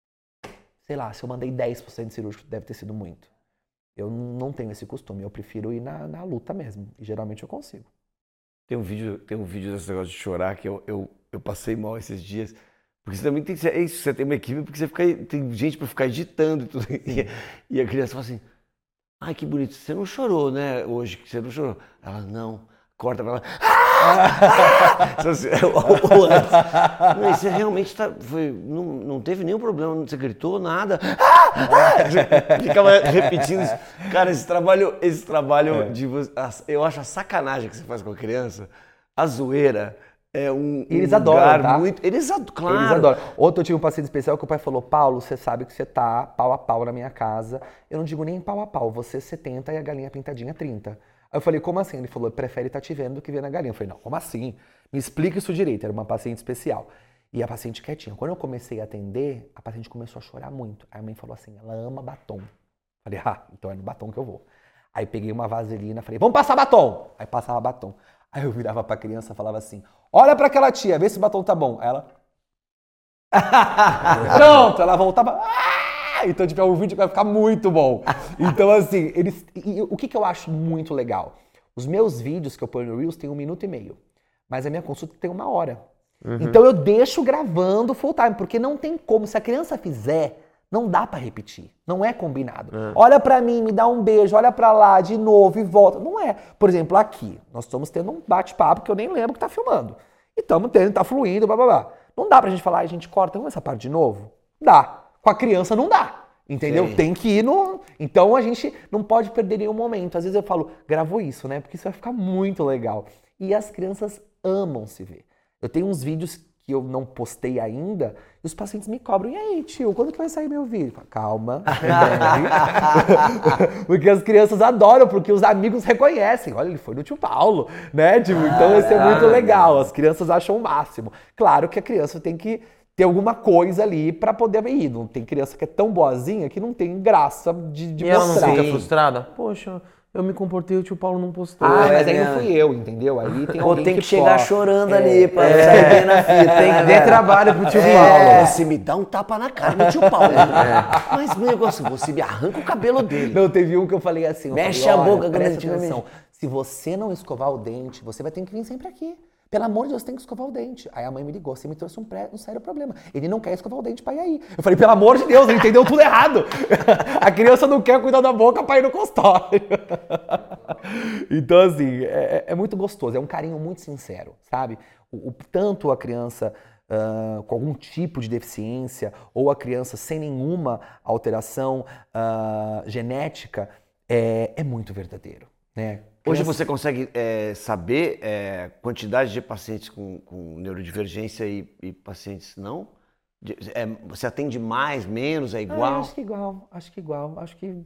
Sei lá, se eu mandei 10% cirúrgico, deve ter sido muito. Eu não tenho esse costume, eu prefiro ir na luta mesmo. E geralmente eu consigo. Tem um vídeo desse negócio de chorar que eu passei mal esses dias. Porque você também tem que ser... É isso, você tem uma equipe porque você tem gente pra ficar editando e tudo. E a criança fala assim, ai, que bonito, você não chorou, né, hoje, que você não chorou. Ela, não, corta pra ela. Você realmente não teve nenhum problema, você gritou, nada. Ficava repetindo isso. Cara, esse trabalho de você, eu acho a sacanagem que você faz com a criança, a zoeira. Eles adoram, tá? Claro. Eles adoram. Ontem eu tive um paciente especial que o pai falou, Paulo, você sabe que você tá pau a pau na minha casa. Eu não digo nem pau a pau, você 70 e a galinha pintadinha 30. Aí eu falei, como assim? Ele falou, prefere estar te vendo do que ver na galinha. Eu falei, não, como assim? Me explica isso direito. Era uma paciente especial. E a paciente quietinha. Quando eu comecei a atender, a paciente começou a chorar muito. Aí a mãe falou assim, ela ama batom. Eu falei, então é no batom que eu vou. Aí peguei uma vaselina, falei, vamos passar batom. Aí passava batom. Aí eu virava pra criança e falava assim, olha pra aquela tia, vê se o batom tá bom. Aí ela... Pronto, ela voltava... Então, tipo, o vídeo vai ficar muito bom. Então, assim, o que eu acho muito legal? Os meus vídeos que eu ponho no Reels tem 1 minuto e meio. Mas a minha consulta tem 1 hora. Uhum. Então, eu deixo gravando full time. Porque não tem como. Se a criança fizer, não dá pra repetir. Não é combinado. Olha pra mim, me dá um beijo. Olha pra lá, de novo e volta. Não é. Por exemplo, aqui. Nós estamos tendo um bate-papo que eu nem lembro que tá filmando. E estamos tendo, tá fluindo, blá, blá, blá. Não dá pra gente falar, a gente corta. Vamos essa parte de novo? Dá. Com a criança não dá, entendeu? Sim. Tem que ir no... Então a gente não pode perder nenhum momento. Às vezes eu falo, gravou isso, né? Porque isso vai ficar muito legal. E as crianças amam se ver. Eu tenho uns vídeos que eu não postei ainda e os pacientes me cobram. E aí, tio, quando que vai sair meu vídeo? Falo, calma. Porque as crianças adoram, porque os amigos reconhecem. Olha, ele foi no tio Paulo, né? Tipo, então isso é muito legal. As crianças acham o máximo. Claro que a criança tem que ter alguma coisa ali pra poder ir. Não tem criança que é tão boazinha que não tem graça de e mostrar. Ela não fica frustrada? Poxa, eu me comportei e o tio Paulo não postou. Mas aí não fui eu, entendeu? Aí tem alguém tem que que chegar posta. chorando ali pra sair bem na fita. Tem que ter trabalho pro tio Paulo. Paulo. Você me dá um tapa na cara do tio Paulo. Mas meu negócio, você me arranca o cabelo dele. Não, teve um que eu falei assim, Mexe a boca quando a presta gente não atenção. Se você não escovar o dente, você vai ter que vir sempre aqui. Pelo amor de Deus, tem que escovar o dente. Aí a mãe me ligou, você me trouxe um sério problema. Ele não quer escovar o dente pra ir aí. Eu falei, pelo amor de Deus, ele entendeu tudo errado. A criança não quer cuidar da boca pra ir no consultório. Então, assim, é muito gostoso, é um carinho muito sincero, sabe? Tanto a criança com algum tipo de deficiência ou a criança sem nenhuma alteração genética, é muito verdadeiro, né? Hoje você consegue saber quantidade de pacientes com neurodivergência e pacientes não? Você atende mais, menos, é igual? Acho que igual.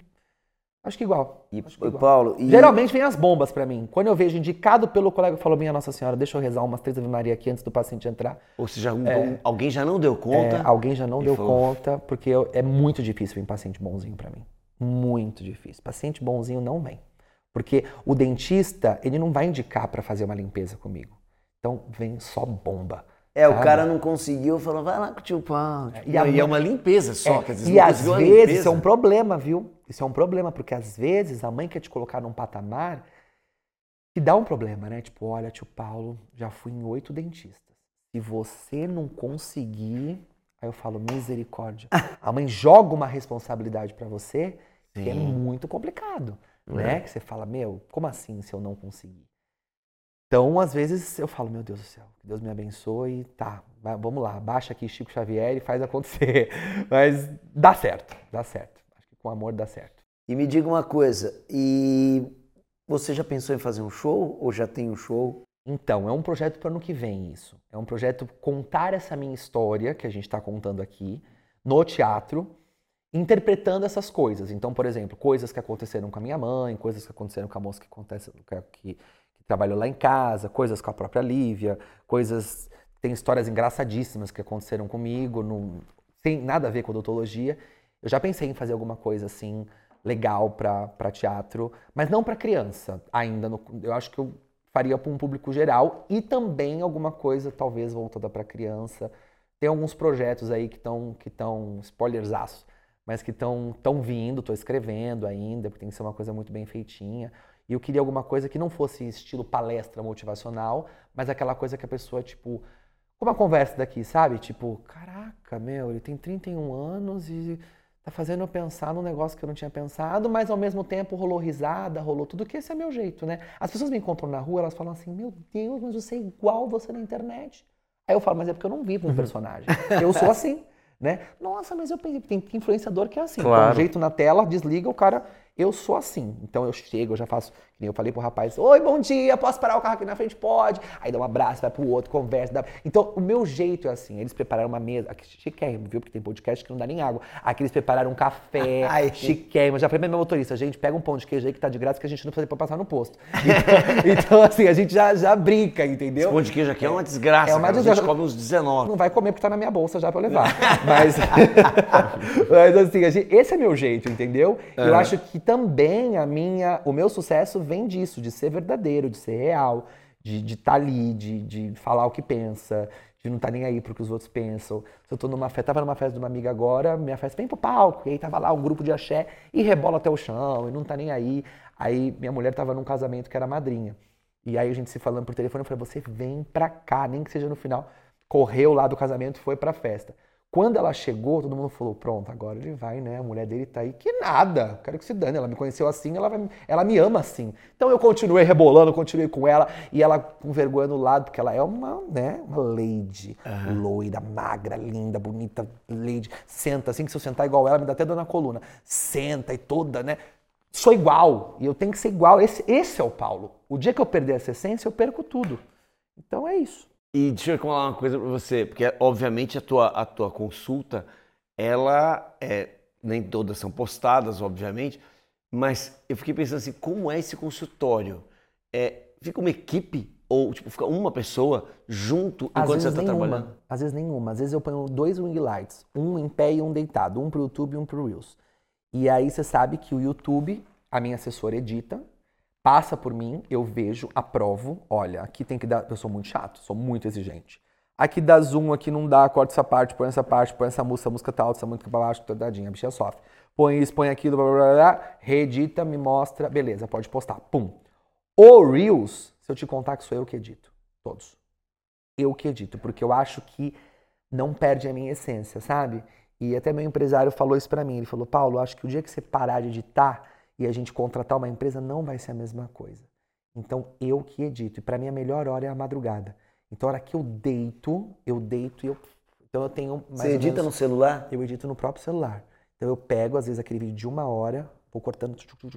Paulo, Geralmente vem as bombas pra mim. Quando eu vejo indicado pelo colega, eu falo, minha Nossa Senhora, deixa eu rezar umas 3 Ave Maria aqui antes do paciente entrar. Ou seja, alguém já não deu conta? Alguém já não deu conta, porque é muito difícil vir paciente bonzinho pra mim. Muito difícil. Paciente bonzinho não vem. Porque o dentista, ele não vai indicar pra fazer uma limpeza comigo. Então, vem só bomba. o cara não conseguiu, falou, vai lá com o tio Paulo. E é uma limpeza só. Quer dizer, E às vezes isso é um problema, viu? Isso é um problema, porque às vezes a mãe quer te colocar num patamar que dá um problema, né? Tipo, olha, tio Paulo, já fui em 8 dentistas. Se você não conseguir... Aí eu falo, misericórdia. A mãe joga uma responsabilidade pra você que é muito complicado. Né? Que você fala, meu, como assim se eu não conseguir? Então, às vezes, eu falo, meu Deus do céu, que Deus me abençoe, tá, vamos lá, baixa aqui Chico Xavier e faz acontecer. Mas dá certo. Acho que com amor dá certo. E me diga uma coisa, e você já pensou em fazer um show ou já tem um show? Então, é um projeto para o ano que vem isso. É um projeto contar essa minha história que a gente está contando aqui no teatro, interpretando essas coisas. Então, por exemplo, coisas que aconteceram com a minha mãe, coisas que aconteceram com a moça que trabalhou lá em casa, coisas com a própria Lívia, tem histórias engraçadíssimas que aconteceram comigo, sem nada a ver com odontologia. Eu já pensei em fazer alguma coisa assim, legal para teatro, mas não para criança ainda. Eu acho que eu faria para um público geral e também alguma coisa talvez voltada para criança. Tem alguns projetos aí que estão spoilerzaço, mas que estão vindo, estou escrevendo ainda, porque tem que ser uma coisa muito bem feitinha. E eu queria alguma coisa que não fosse estilo palestra motivacional, mas aquela coisa que a pessoa, tipo, como a conversa daqui, sabe? Tipo, caraca, meu, ele tem 31 anos e tá fazendo eu pensar num negócio que eu não tinha pensado, mas ao mesmo tempo rolou risada, rolou tudo, que esse é meu jeito, né? As pessoas me encontram na rua, elas falam assim, meu Deus, mas você é igual você na internet. Aí eu falo, mas é porque eu não vivo um personagem, eu sou assim. Né? Nossa, mas eu pensei, tem influenciador que é assim. Claro. Então, um jeito na tela, desliga o cara, eu sou assim. Então eu chego, eu já faço, que nem eu falei pro rapaz, oi, bom dia, posso parar o carro aqui na frente? Pode. Aí dá um abraço, vai pro outro, conversa. Então o meu jeito é assim, eles prepararam uma mesa, aqui chiquérrimo, viu? Porque tem podcast que não dá nem água. Aqui eles prepararam um café, chiquérrimo. Eu já falei pro meu motorista, gente, pega um pão de queijo aí que tá de graça que a gente não precisa passar no posto. Então assim, a gente já brinca, entendeu? Esse pão de queijo aqui é uma desgraça, é uma desgraça. A gente come uns 19. Não vai comer porque tá na minha bolsa já pra eu levar. Mas assim, esse é meu jeito, entendeu? Eu acho que também o meu sucesso vem disso, de ser verdadeiro, de ser real, de estar ali, de falar o que pensa, de não estar nem aí pro que os outros pensam. Se eu tô tava numa festa de uma amiga agora, minha festa vem pro palco, e aí tava lá um grupo de axé e rebola até o chão, e não tá nem aí. Aí minha mulher tava num casamento que era madrinha. E aí a gente se falando por telefone, eu falei, você vem pra cá, nem que seja no final. Correu lá do casamento e foi pra festa. Quando ela chegou, todo mundo falou, pronto, agora ele vai, né? A mulher dele tá aí. Que nada, quero que se dane. Ela me conheceu assim, ela me ama assim. Então eu continuei rebolando, continuei com ela. E ela com vergonha no lado, porque ela é uma lady. Loira, magra, linda, bonita, lady. Senta assim, que se eu sentar igual ela, me dá até dor na coluna. Senta e toda, né? Sou igual, e eu tenho que ser igual. Esse é o Paulo. O dia que eu perder essa essência, eu perco tudo. Então é isso. E deixa eu falar uma coisa pra você, porque obviamente a tua consulta, ela nem todas são postadas, obviamente, mas eu fiquei pensando assim, como é esse consultório? Fica uma equipe ou tipo, fica uma pessoa junto enquanto você está trabalhando? Às vezes nenhuma. Às vezes eu ponho 2 ring lights, um em pé e um deitado, um pro YouTube e um pro Reels. E aí você sabe que o YouTube, a minha assessora edita, passa por mim, eu vejo, aprovo. Olha, aqui tem que dar... Eu sou muito chato, sou muito exigente. Aqui dá zoom, aqui não dá, corta essa parte, põe essa música tá alta, essa música pra baixo, tadinha, a bichinha sofre. Põe isso, põe aquilo, blá, blá, blá, blá, reedita, me mostra, beleza, pode postar, pum. O Reels, se eu te contar que sou eu que edito, todos. Eu que edito, porque eu acho que não perde a minha essência, sabe? E até meu empresário falou isso pra mim, ele falou, Paulo, acho que o dia que você parar de editar e a gente contratar uma empresa, não vai ser a mesma coisa. Então, eu que edito, e pra mim a melhor hora é a madrugada. Então, a hora que eu deito e eu... Então, eu tenho mais Você edita no celular? Eu edito no próprio celular. Então, eu pego, às vezes, aquele vídeo de 1 hora, vou cortando...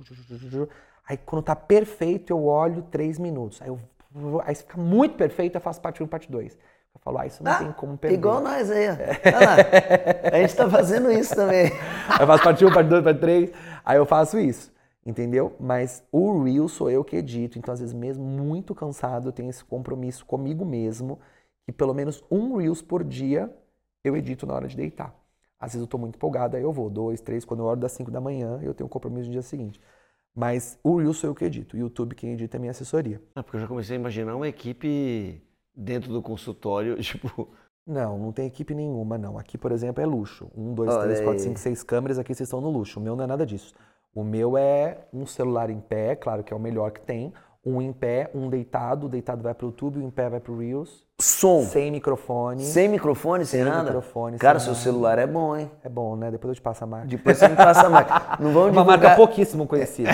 Aí, quando tá perfeito, eu olho 3 minutos. Aí fica muito perfeito, eu faço parte 1, parte 2. Eu falo, isso não tem como perder. Igual nós aí, ó. Olha lá. A gente tá fazendo isso também. Eu faço parte 1, parte 2, parte 3. Aí eu faço isso. Entendeu? Mas o Reel sou eu que edito, então às vezes mesmo muito cansado eu tenho esse compromisso comigo mesmo, que pelo menos um Reels por dia eu edito na hora de deitar. Às vezes eu tô muito empolgado, aí eu vou, 2, 3, quando eu olho das 5 da manhã eu tenho um compromisso no dia seguinte. Mas o Reel sou eu que edito, o YouTube quem edita é a minha assessoria. Porque eu já comecei a imaginar uma equipe dentro do consultório, tipo... Não tem equipe nenhuma, não. Aqui, por exemplo, é luxo. 1, 2, Olha 3, 4, aí. 5, 6 câmeras, aqui vocês estão no luxo. O meu não é nada disso. O meu é um celular em pé, claro que é o melhor que tem. Um em pé, um deitado. O deitado vai pro YouTube, o em pé vai pro Reels. Som. Sem microfone. Sem microfone, sem nada? Microfone, Cara, sem seu nada. celular é bom, hein? É bom, né? Depois eu te passo a marca. Depois você me passa mais. Não vamos Uma divulgar... marca pouquíssimo conhecida.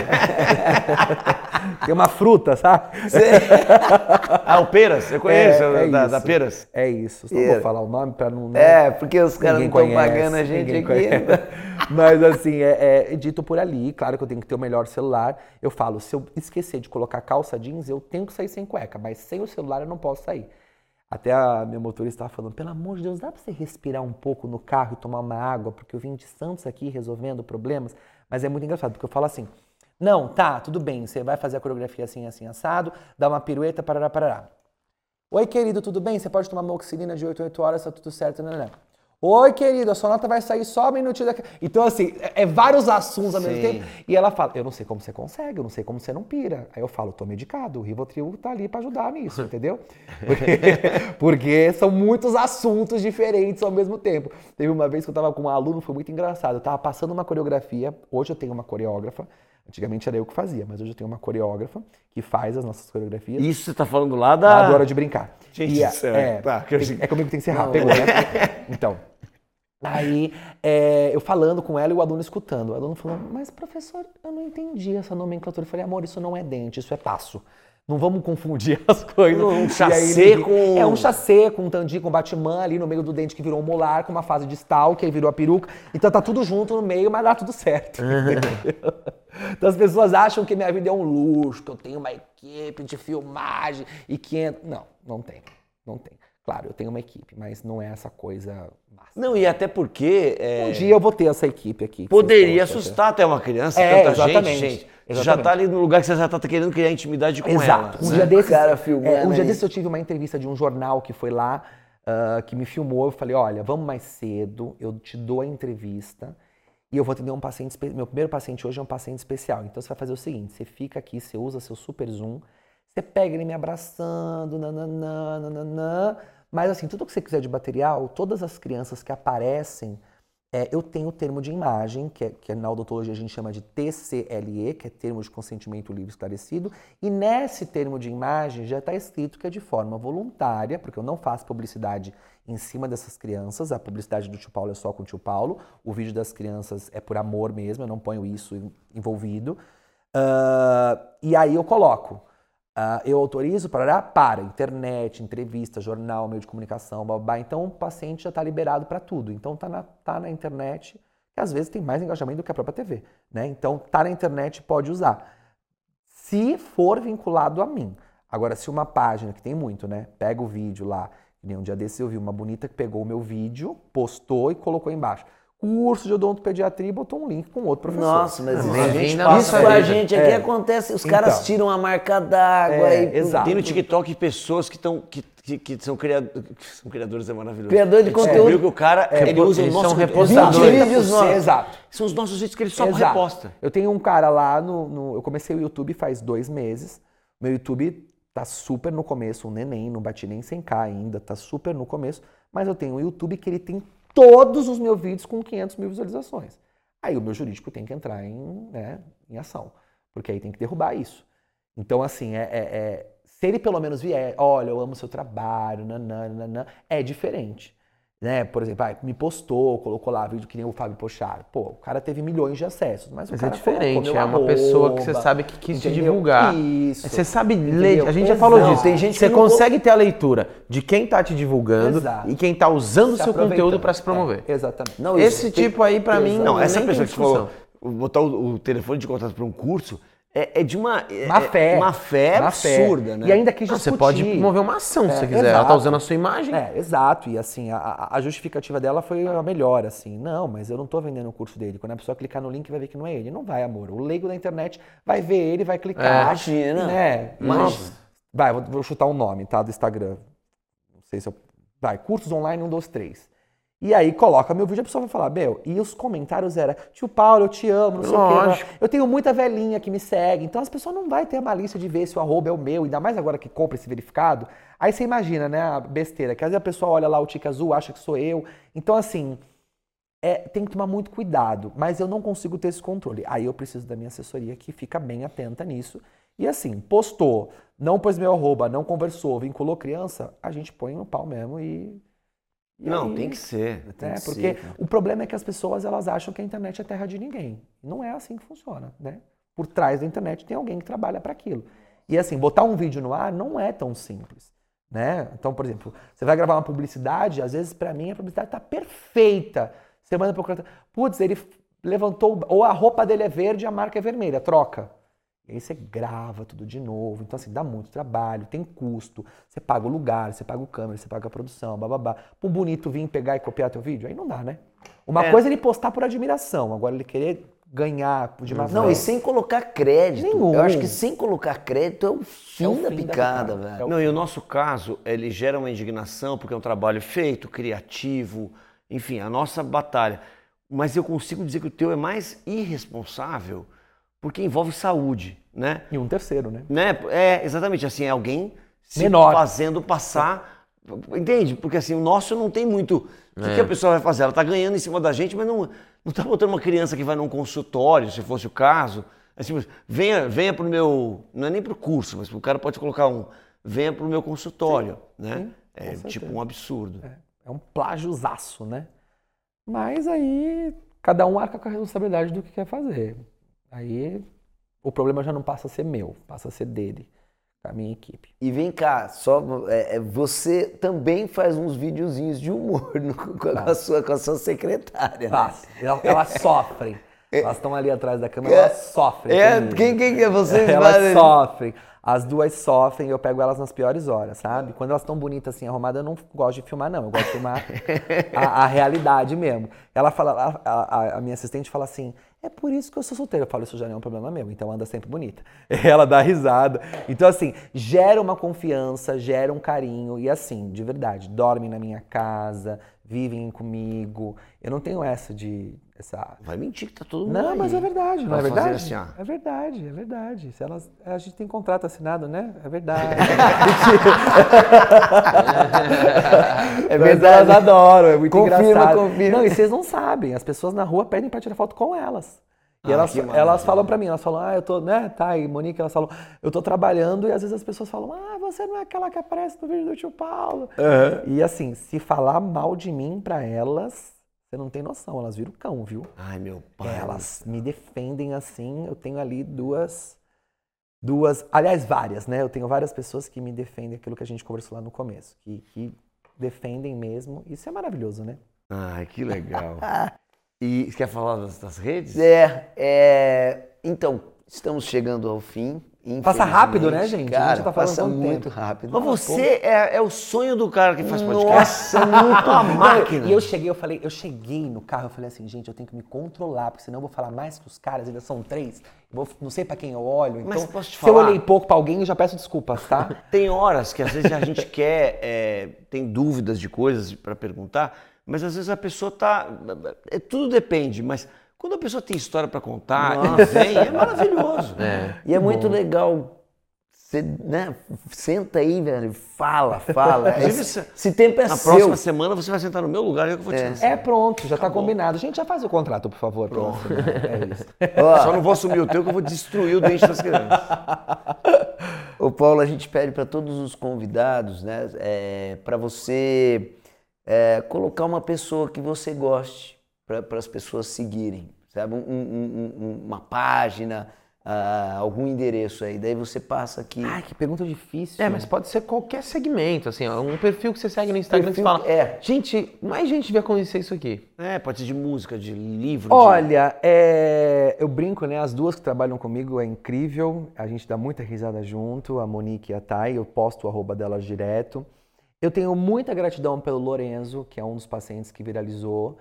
Tem uma fruta, sabe? Ah, o Peras? Eu conheço, da isso. Peras. É isso. Só não vou falar o nome pra não... É, porque os caras não Ninguém estão pagando a gente ninguém aqui. conhece. Mas assim, edito por ali. Claro que eu tenho que ter o melhor celular. Eu falo, se eu esquecer de colocar calça jeans, eu tenho que sair sem cueca. Mas sem o celular eu não posso sair. Até a minha motorista estava falando, pelo amor de Deus, dá pra você respirar um pouco no carro e tomar uma água? Porque eu vim de Santos aqui resolvendo problemas. Mas é muito engraçado, porque eu falo assim, não, tá, tudo bem, você vai fazer a coreografia assim, assim, assado, dá uma pirueta, parará, parará. Oi, querido, tudo bem? Você pode tomar moxilina de 8 a 8 horas, tá tudo certo, não. Oi, querido, a sua nota vai sair só um minutinho daqui. Então, assim, vários assuntos ao mesmo tempo. E ela fala, eu não sei como você consegue, eu não sei como você não pira. Aí eu falo, tô medicado, o Rivotril tá ali pra ajudar nisso, entendeu? Porque são muitos assuntos diferentes ao mesmo tempo. Teve uma vez que eu tava com um aluno, foi muito engraçado. Eu tava passando uma coreografia, hoje eu tenho uma coreógrafa. Antigamente era eu que fazia, mas hoje eu tenho uma coreógrafa que faz as nossas coreografias. Isso você tá falando lá da... Da Hora de Brincar. Gente do céu. Tá, é comigo que tem que ser rápido, pegou, né? Então, aí eu falando com ela e o aluno escutando. O aluno falou, mas professor, eu não entendi essa nomenclatura. Eu falei, amor, isso não é dente, isso é passo. Não vamos confundir as coisas. Um chassi com... É um chassi com um tandi, com Batman ali no meio do dente que virou um molar, com uma fase distal, que aí virou a peruca. Então tá tudo junto no meio, mas dá tudo certo. Então as pessoas acham que minha vida é um luxo, que eu tenho uma equipe de filmagem e 500... Não tem. Claro, eu tenho uma equipe, mas não é essa coisa massa. Não, e até porque... Um dia eu vou ter essa equipe aqui. Poderia assustar até uma criança, tanta exatamente, gente. Você exatamente. já tá ali no lugar que você já tá querendo criar intimidade com Exato. ela. Um dia desses, cara filmando um dia aí. desses eu tive uma entrevista de um jornal que foi lá, que me filmou. Eu falei, olha, vamos mais cedo, eu te dou a entrevista e eu vou atender um paciente especial. Meu primeiro paciente hoje é um paciente especial. Então você vai fazer o seguinte, você fica aqui, você usa seu super zoom, você pega ele me abraçando, nananã. Mas assim, tudo que você quiser de material, todas as crianças que aparecem, eu tenho o termo de imagem, que na odontologia a gente chama de TCLE, que é termo de consentimento livre esclarecido, e nesse termo de imagem já está escrito que é de forma voluntária, porque eu não faço publicidade em cima dessas crianças, a publicidade do tio Paulo é só com o tio Paulo, o vídeo das crianças é por amor mesmo, eu não ponho isso envolvido, e aí eu coloco. Eu autorizo para internet, entrevista, jornal, meio de comunicação, babá. Então o paciente já está liberado para tudo. Então tá na internet, que às vezes tem mais engajamento do que a própria TV, né? Então tá na internet, pode usar. Se for vinculado a mim. Agora, se uma página, que tem muito, né? Pega o vídeo lá, que nem um dia desse eu vi uma bonita que pegou o meu vídeo, postou e colocou embaixo. curso de odontopediatria e botou um link com outro professor. Nossa, mas isso com a gente aqui acontece, os caras tiram a marca d'água e... Exato. Tem no TikTok pessoas que são criadores, é maravilhoso. Criador de conteúdo. Viu que o cara, ele usa o eles nosso são conteúdo. repostadores. vídeos nossos. Exato. São os nossos vídeos que ele só Exato. reposta. Eu tenho um cara lá eu comecei o YouTube faz 2 meses. Meu YouTube tá super no começo, um neném, não bati nem 100k ainda, tá super no começo. Mas eu tenho um YouTube que ele tem todos os meus vídeos com 500 mil visualizações. Aí o meu jurídico tem que entrar em ação, porque aí tem que derrubar isso. Então, assim, se ele pelo menos vier, olha, eu amo seu trabalho, nananana, é diferente. Né? Por exemplo, me postou, colocou lá vídeo que nem o Fábio Pochar. Pô, o cara teve milhões de acessos, mas o cara é diferente, colocou é uma pessoa que você sabe que quis te divulgar. Isso. Você sabe ler, Entendeu? a gente já falou Exato. disso. Tem gente você que não consegue ter a leitura de quem tá te divulgando Exato. e quem tá usando o Se seu aproveitando. conteúdo para se promover. Exatamente. Não, Esse tipo aí, pra mim, Não, essa nem pessoa tem que falou, discussão. botar o telefone de contato para um curso, é de uma Má fé. absurda, né? E ainda quis Não, discutir. você pode promover uma ação se você quiser. Ela tá exato. usando a sua imagem. Exato. E assim, a justificativa dela foi a melhor, assim. Não, mas eu não tô vendendo o curso dele. Quando a pessoa clicar no link, vai ver que não é ele. Não vai, amor. O leigo da internet vai ver ele, vai clicar. Imagina. Né? Imagina. Vai, vou chutar um nome, tá? Do Instagram. Não sei se eu... Vai, cursos online 1, 2, 3. E aí coloca meu vídeo, a pessoa vai falar, e os comentários era, tio Paulo, eu te amo, não sei o quê. Eu tenho muita velhinha que me segue, então as pessoas não vão ter a malícia de ver se o arroba é o meu, ainda mais agora que compra esse verificado. Aí você imagina, né, a besteira, que às vezes a pessoa olha lá o tique azul, acha que sou eu. Então assim, tem que tomar muito cuidado, mas eu não consigo ter esse controle. Aí eu preciso da minha assessoria que fica bem atenta nisso. E assim, postou, não pôs meu arroba, não conversou, vinculou criança, a gente põe no pau mesmo e Não, aí, tem que ser. porque o problema é que as pessoas elas acham que a internet é terra de ninguém. Não é assim que funciona, né? Por trás da internet tem alguém que trabalha para aquilo. E assim, botar um vídeo no ar não é tão simples, né? Então, por exemplo, você vai gravar uma publicidade, às vezes para mim a publicidade tá perfeita. Você manda pro cara, putz, ele levantou, ou a roupa dele é verde e a marca é vermelha, troca. E aí você grava tudo de novo. Então, assim, dá muito trabalho, tem custo. Você paga o lugar, você paga o câmera, você paga a produção, bababá. Pro bonito vir pegar e copiar teu vídeo, aí não dá, né? Uma coisa é ele postar por admiração, agora ele querer ganhar de má Não, fé. e sem colocar crédito. Nenhum. Eu acho que sem colocar crédito é o fim, da fim da picada, picada. velho. Não, e o nosso caso, ele gera uma indignação porque é um trabalho feito, criativo, enfim, a nossa batalha. Mas eu consigo dizer que o teu é mais irresponsável porque envolve saúde, né? E um terceiro, né? Exatamente, assim, é alguém se Menor. fazendo passar, entende? Porque assim, o nosso não tem muito, o que a pessoa vai fazer? Ela tá ganhando em cima da gente, mas não tá botando uma criança que vai num consultório, se fosse o caso, assim, venha pro meu, não é nem pro curso, mas o cara pode colocar venha pro meu consultório, né? sim, É com tipo certeza. um absurdo. É um plagiozaço, né? Mas aí, cada um arca com a responsabilidade do que quer fazer. Aí, o problema já não passa a ser meu, passa a ser dele, da minha equipe. E vem cá, você também faz uns videozinhos de humor com a sua secretária. Né? Elas sofrem. Elas estão ali atrás da câmera, elas sofrem. comigo. Quem é você? Elas sofrem. As duas sofrem e eu pego elas nas piores horas, sabe? Quando elas estão bonitas assim, arrumadas, eu não gosto de filmar, não. Eu gosto de filmar a realidade mesmo. Ela fala, a minha assistente fala assim, é por isso que eu sou solteira. Eu falo, isso já não é um problema meu, então anda sempre bonita. Ela dá risada. Então assim, gera uma confiança, gera um carinho e assim, de verdade, dormem na minha casa, vivem comigo. Eu não tenho essa. Vai mentir que tá todo mundo Não, aí. mas é verdade, não é Vai fazer verdade? assim, ó. É verdade, é verdade. Se elas, a gente tem contrato assinado, né? É verdade. Mas elas adoram, é muito engraçado. Confirma. Não, e vocês não sabem, as pessoas na rua pedem pra tirar foto com elas. E que elas falam pra mim, elas falam, eu tô, né, tá, e Monique, elas falam, eu tô trabalhando, e às vezes as pessoas falam, você não é aquela que aparece no vídeo do tio Paulo. E assim, se falar mal de mim pra elas, você não tem noção, elas viram cão, viu? Ai, meu pai. Elas me defendem assim, eu tenho ali duas, aliás, várias, né? Eu tenho várias pessoas que me defendem aquilo que a gente conversou lá no começo, que defendem mesmo, isso é maravilhoso, né? Ai, que legal. E você quer falar das redes? Então, estamos chegando ao fim. Passa rápido, né, gente? Cara, a gente tá falando passa muito tempo. rápido. Mas você é o sonho do cara que faz podcast. Nossa, muito uma máquina. E eu cheguei no carro, eu falei assim, gente, eu tenho que me controlar, porque senão eu vou falar mais que os caras, ainda são 3. Não sei pra quem eu olho. Mas Então, posso te se eu falar? olhei pouco pra alguém, eu já peço desculpas, tá? Tem horas que às vezes a gente tem dúvidas de coisas para perguntar, mas às vezes a pessoa tudo depende, mas quando a pessoa tem história para contar, é maravilhoso. E é muito legal. Você, né, senta aí, velho, fala. Esse tempo é Na seu. próxima semana você vai sentar no meu lugar e eu vou te ensinar. Pronto, já tá combinado. A gente já faz o contrato, por favor. Pronto. É isso. Só não vou assumir o teu que eu vou destruir o dente das crianças. Ô Paulo, a gente pede para todos os convidados, né, para você colocar uma pessoa que você goste, para as pessoas seguirem, sabe? Uma página, algum endereço aí. Daí você passa aqui. Ai, que pergunta difícil. Mas pode ser qualquer segmento, assim, ó, um perfil que você segue no Instagram que você fala, gente, mais gente devia conhecer isso aqui. Pode ser de música, de livro. Olha, eu brinco, né? As duas que trabalham comigo é incrível. A gente dá muita risada junto, a Monique e a Thay. Eu posto o arroba delas direto. Eu tenho muita gratidão pelo Lorenzo, que é um dos pacientes que viralizou.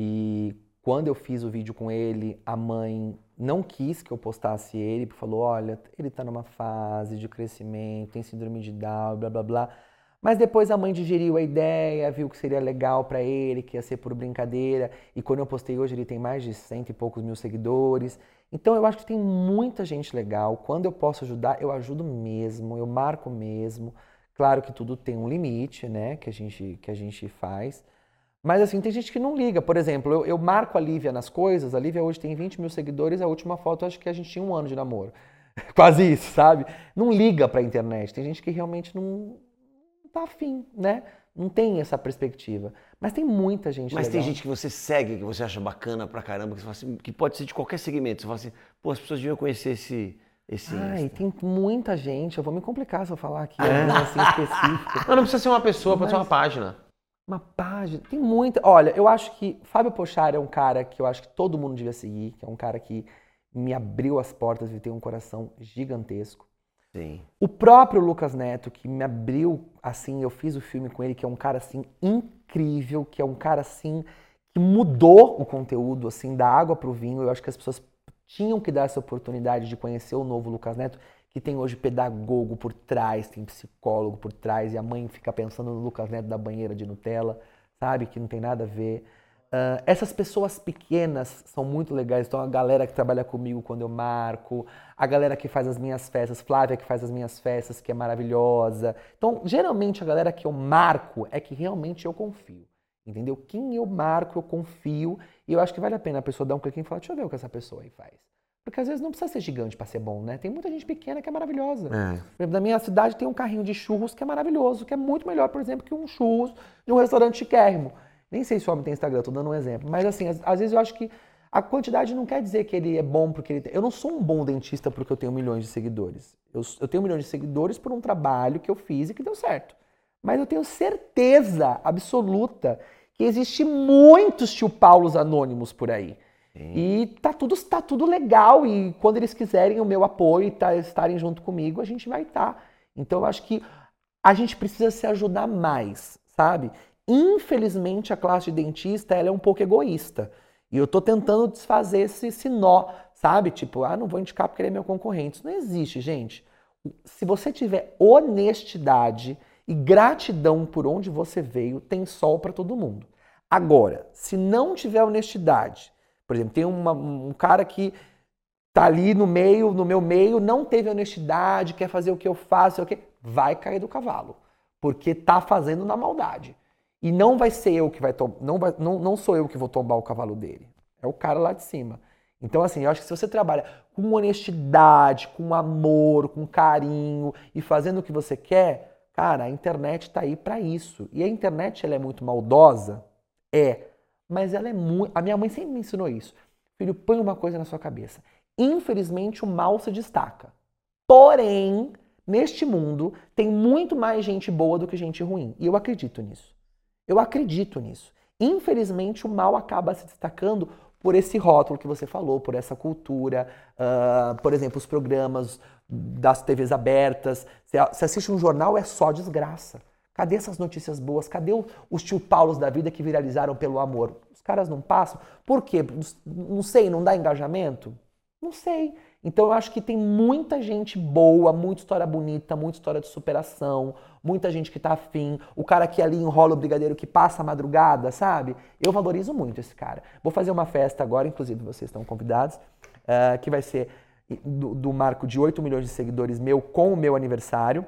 E quando eu fiz o vídeo com ele, a mãe não quis que eu postasse ele, porque falou, olha, ele tá numa fase de crescimento, tem síndrome de Down, blá, blá, blá. Mas depois a mãe digeriu a ideia, viu que seria legal pra ele, que ia ser por brincadeira. E quando eu postei hoje, ele tem mais de 100 e poucos mil seguidores. Então eu acho que tem muita gente legal. Quando eu posso ajudar, eu ajudo mesmo, eu marco mesmo. Claro que tudo tem um limite, né, que a gente faz. Mas assim, tem gente que não liga. Por exemplo, eu marco a Lívia nas coisas. A Lívia hoje tem 20 mil seguidores. A última foto, acho que a gente tinha 1 ano de namoro. Quase isso, sabe? Não liga pra internet. Tem gente que realmente não tá afim, né? Não tem essa perspectiva. Mas tem muita gente Mas legal. tem gente que você segue, que você acha bacana pra caramba, que você fala assim, que pode ser de qualquer segmento. Você fala assim, pô, as pessoas deviam conhecer esse Ai, tem muita gente. Eu vou me complicar se eu falar aqui, assim, específico. Não precisa ser uma pessoa, pode ser uma página. Uma página, tem muita. Olha, eu acho que Fábio Pochar é um cara que eu acho que todo mundo devia seguir, que é um cara que me abriu as portas e tem um coração gigantesco. Sim. O próprio Lucas Neto, que me abriu, assim, eu fiz o filme com ele, que é um cara, assim, incrível, que é um cara, assim, que mudou o conteúdo, assim, da água pro vinho. Eu acho que as pessoas tinham que dar essa oportunidade de conhecer o novo Lucas Neto, que tem hoje pedagogo por trás, tem psicólogo por trás, e a mãe fica pensando no Lucas Neto da banheira de Nutella, sabe? Que não tem nada a ver. Essas pessoas pequenas são muito legais. Então, a galera que trabalha comigo quando eu marco, a galera que faz as minhas festas, Flávia que faz as minhas festas, que é maravilhosa. Então, geralmente, a galera que eu marco é que realmente eu confio, entendeu? Quem eu marco, eu confio, e eu acho que vale a pena a pessoa dar um cliquinho e falar, deixa eu ver o que essa pessoa aí faz. Porque às vezes não precisa ser gigante para ser bom, né? Tem muita gente pequena que é maravilhosa. Por exemplo, na minha cidade tem um carrinho de churros que é maravilhoso, que é muito melhor, por exemplo, que um churros de um restaurante chiquérrimo. Nem sei se o homem tem Instagram, tô dando um exemplo. Mas assim, às vezes eu acho que a quantidade não quer dizer que ele é bom porque ele tem... Eu não sou um bom dentista porque eu tenho milhões de seguidores. Eu tenho milhões de seguidores por um trabalho que eu fiz e que deu certo. Mas eu tenho certeza absoluta que existe muitos tio Paulos anônimos por aí. Sim. E tá tudo legal, e quando eles quiserem o meu apoio e estarem junto comigo, a gente vai estar. Então eu acho que a gente precisa se ajudar mais, sabe? Infelizmente a classe de dentista ela é um pouco egoísta. E eu tô tentando desfazer esse nó, sabe? Tipo, não vou indicar porque ele é meu concorrente. Isso não existe, gente. Se você tiver honestidade e gratidão por onde você veio, tem sol para todo mundo. Agora, se não tiver honestidade, por exemplo, tem um cara que tá ali no meu meio, não teve honestidade, quer fazer o que eu faço, vai cair do cavalo, porque tá fazendo na maldade. E não vai ser eu que vai não sou eu que vou tombar o cavalo dele. É o cara lá de cima. Então, assim, eu acho que se você trabalha com honestidade, com amor, com carinho e fazendo o que você quer, cara, a internet tá aí para isso. E a internet, ela é muito maldosa? Mas ela é muito... A minha mãe sempre me ensinou isso. Filho, põe uma coisa na sua cabeça. Infelizmente, o mal se destaca. Porém, neste mundo, tem muito mais gente boa do que gente ruim. E eu acredito nisso. Infelizmente, o mal acaba se destacando por esse rótulo que você falou, por essa cultura, por exemplo, os programas das TVs abertas. Você assiste um jornal, é só desgraça. Cadê essas notícias boas? Cadê os tio Paulos da vida que viralizaram pelo amor? Os caras não passam? Por quê? Não sei, não dá engajamento? Não sei. Então eu acho que tem muita gente boa, muita história bonita, muita história de superação, muita gente que tá afim, o cara que ali enrola o brigadeiro que passa a madrugada, sabe? Eu valorizo muito esse cara. Vou fazer uma festa agora, inclusive vocês estão convidados, que vai ser do marco de 8 milhões de seguidores meu com o meu aniversário.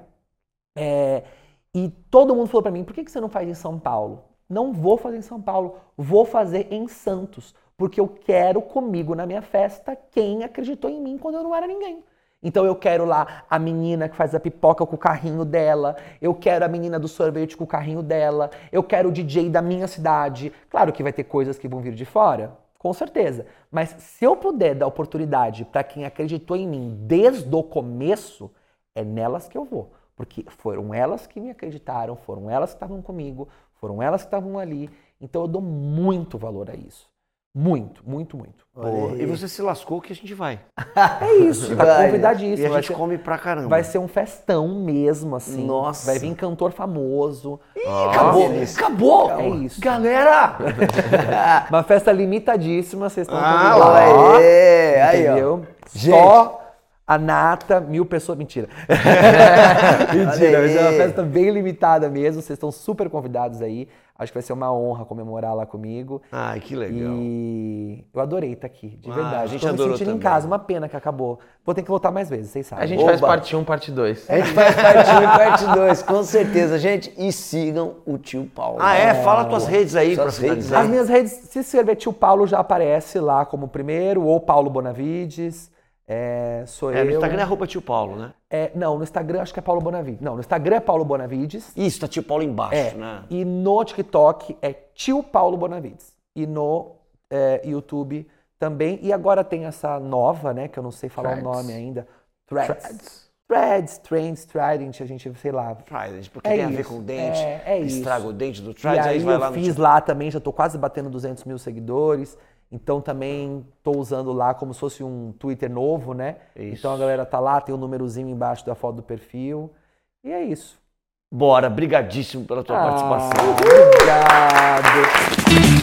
E todo mundo falou pra mim, por que você não faz em São Paulo? Não vou fazer em São Paulo, vou fazer em Santos. Porque eu quero comigo na minha festa quem acreditou em mim quando eu não era ninguém. Então eu quero lá a menina que faz a pipoca com o carrinho dela, eu quero a menina do sorvete com o carrinho dela, eu quero o DJ da minha cidade. Claro que vai ter coisas que vão vir de fora, com certeza. Mas se eu puder dar oportunidade para quem acreditou em mim desde o começo, é nelas que eu vou. Porque foram elas que me acreditaram, foram elas que estavam comigo, foram elas que estavam ali. Então eu dou muito valor a isso. Muito, muito, muito. E você se lascou que a gente vai. É isso, tá convidadíssimo. E a gente come pra caramba. Vai ser um festão mesmo, assim. Nossa. Vai vir cantor famoso. Acabou! É isso. Galera! Uma festa limitadíssima, vocês estão convidados. Aí, ó. Entendeu? Só a nata, 1000 pessoas. Mentira. Mentira, vai ser uma festa bem limitada mesmo. Vocês estão super convidados aí. Acho que vai ser uma honra comemorar lá comigo. Ai, que legal. E eu adorei estar aqui, de verdade. A gente Tô me adorou sentindo também. em casa, uma pena que acabou. Vou ter que voltar mais vezes, vocês sabem. A gente faz parte 1, parte 2. A gente faz parte 1 e parte 2, com certeza, gente. E sigam o tio Paulo. Fala tuas redes aí pra Suas redes finalizar. As minhas redes, se escrever Tio Paulo, já aparece lá como primeiro, ou Paulo Bonavides. Sou eu. No Instagram é @tio Paulo, né? Não, no Instagram acho que é Paulo Bonavides. Não, no Instagram é Paulo Bonavides. Isso, tá tio Paulo embaixo, né? E no TikTok é Tio Paulo Bonavides. E no YouTube também. E agora tem essa nova, né? Que eu não sei falar o nome ainda. Trends, Trident, a gente, sei lá. Trident, porque tem a ver com o dente. Isso. Estraga o dente do E Trident, aí vai lá eu no fiz lá também, já tô quase batendo 200 mil seguidores. Então também tô usando lá como se fosse um Twitter novo, né? Isso. Então a galera tá lá, tem um númerozinho embaixo da foto do perfil. E é isso. Bora, brigadíssimo pela tua participação. Obrigado.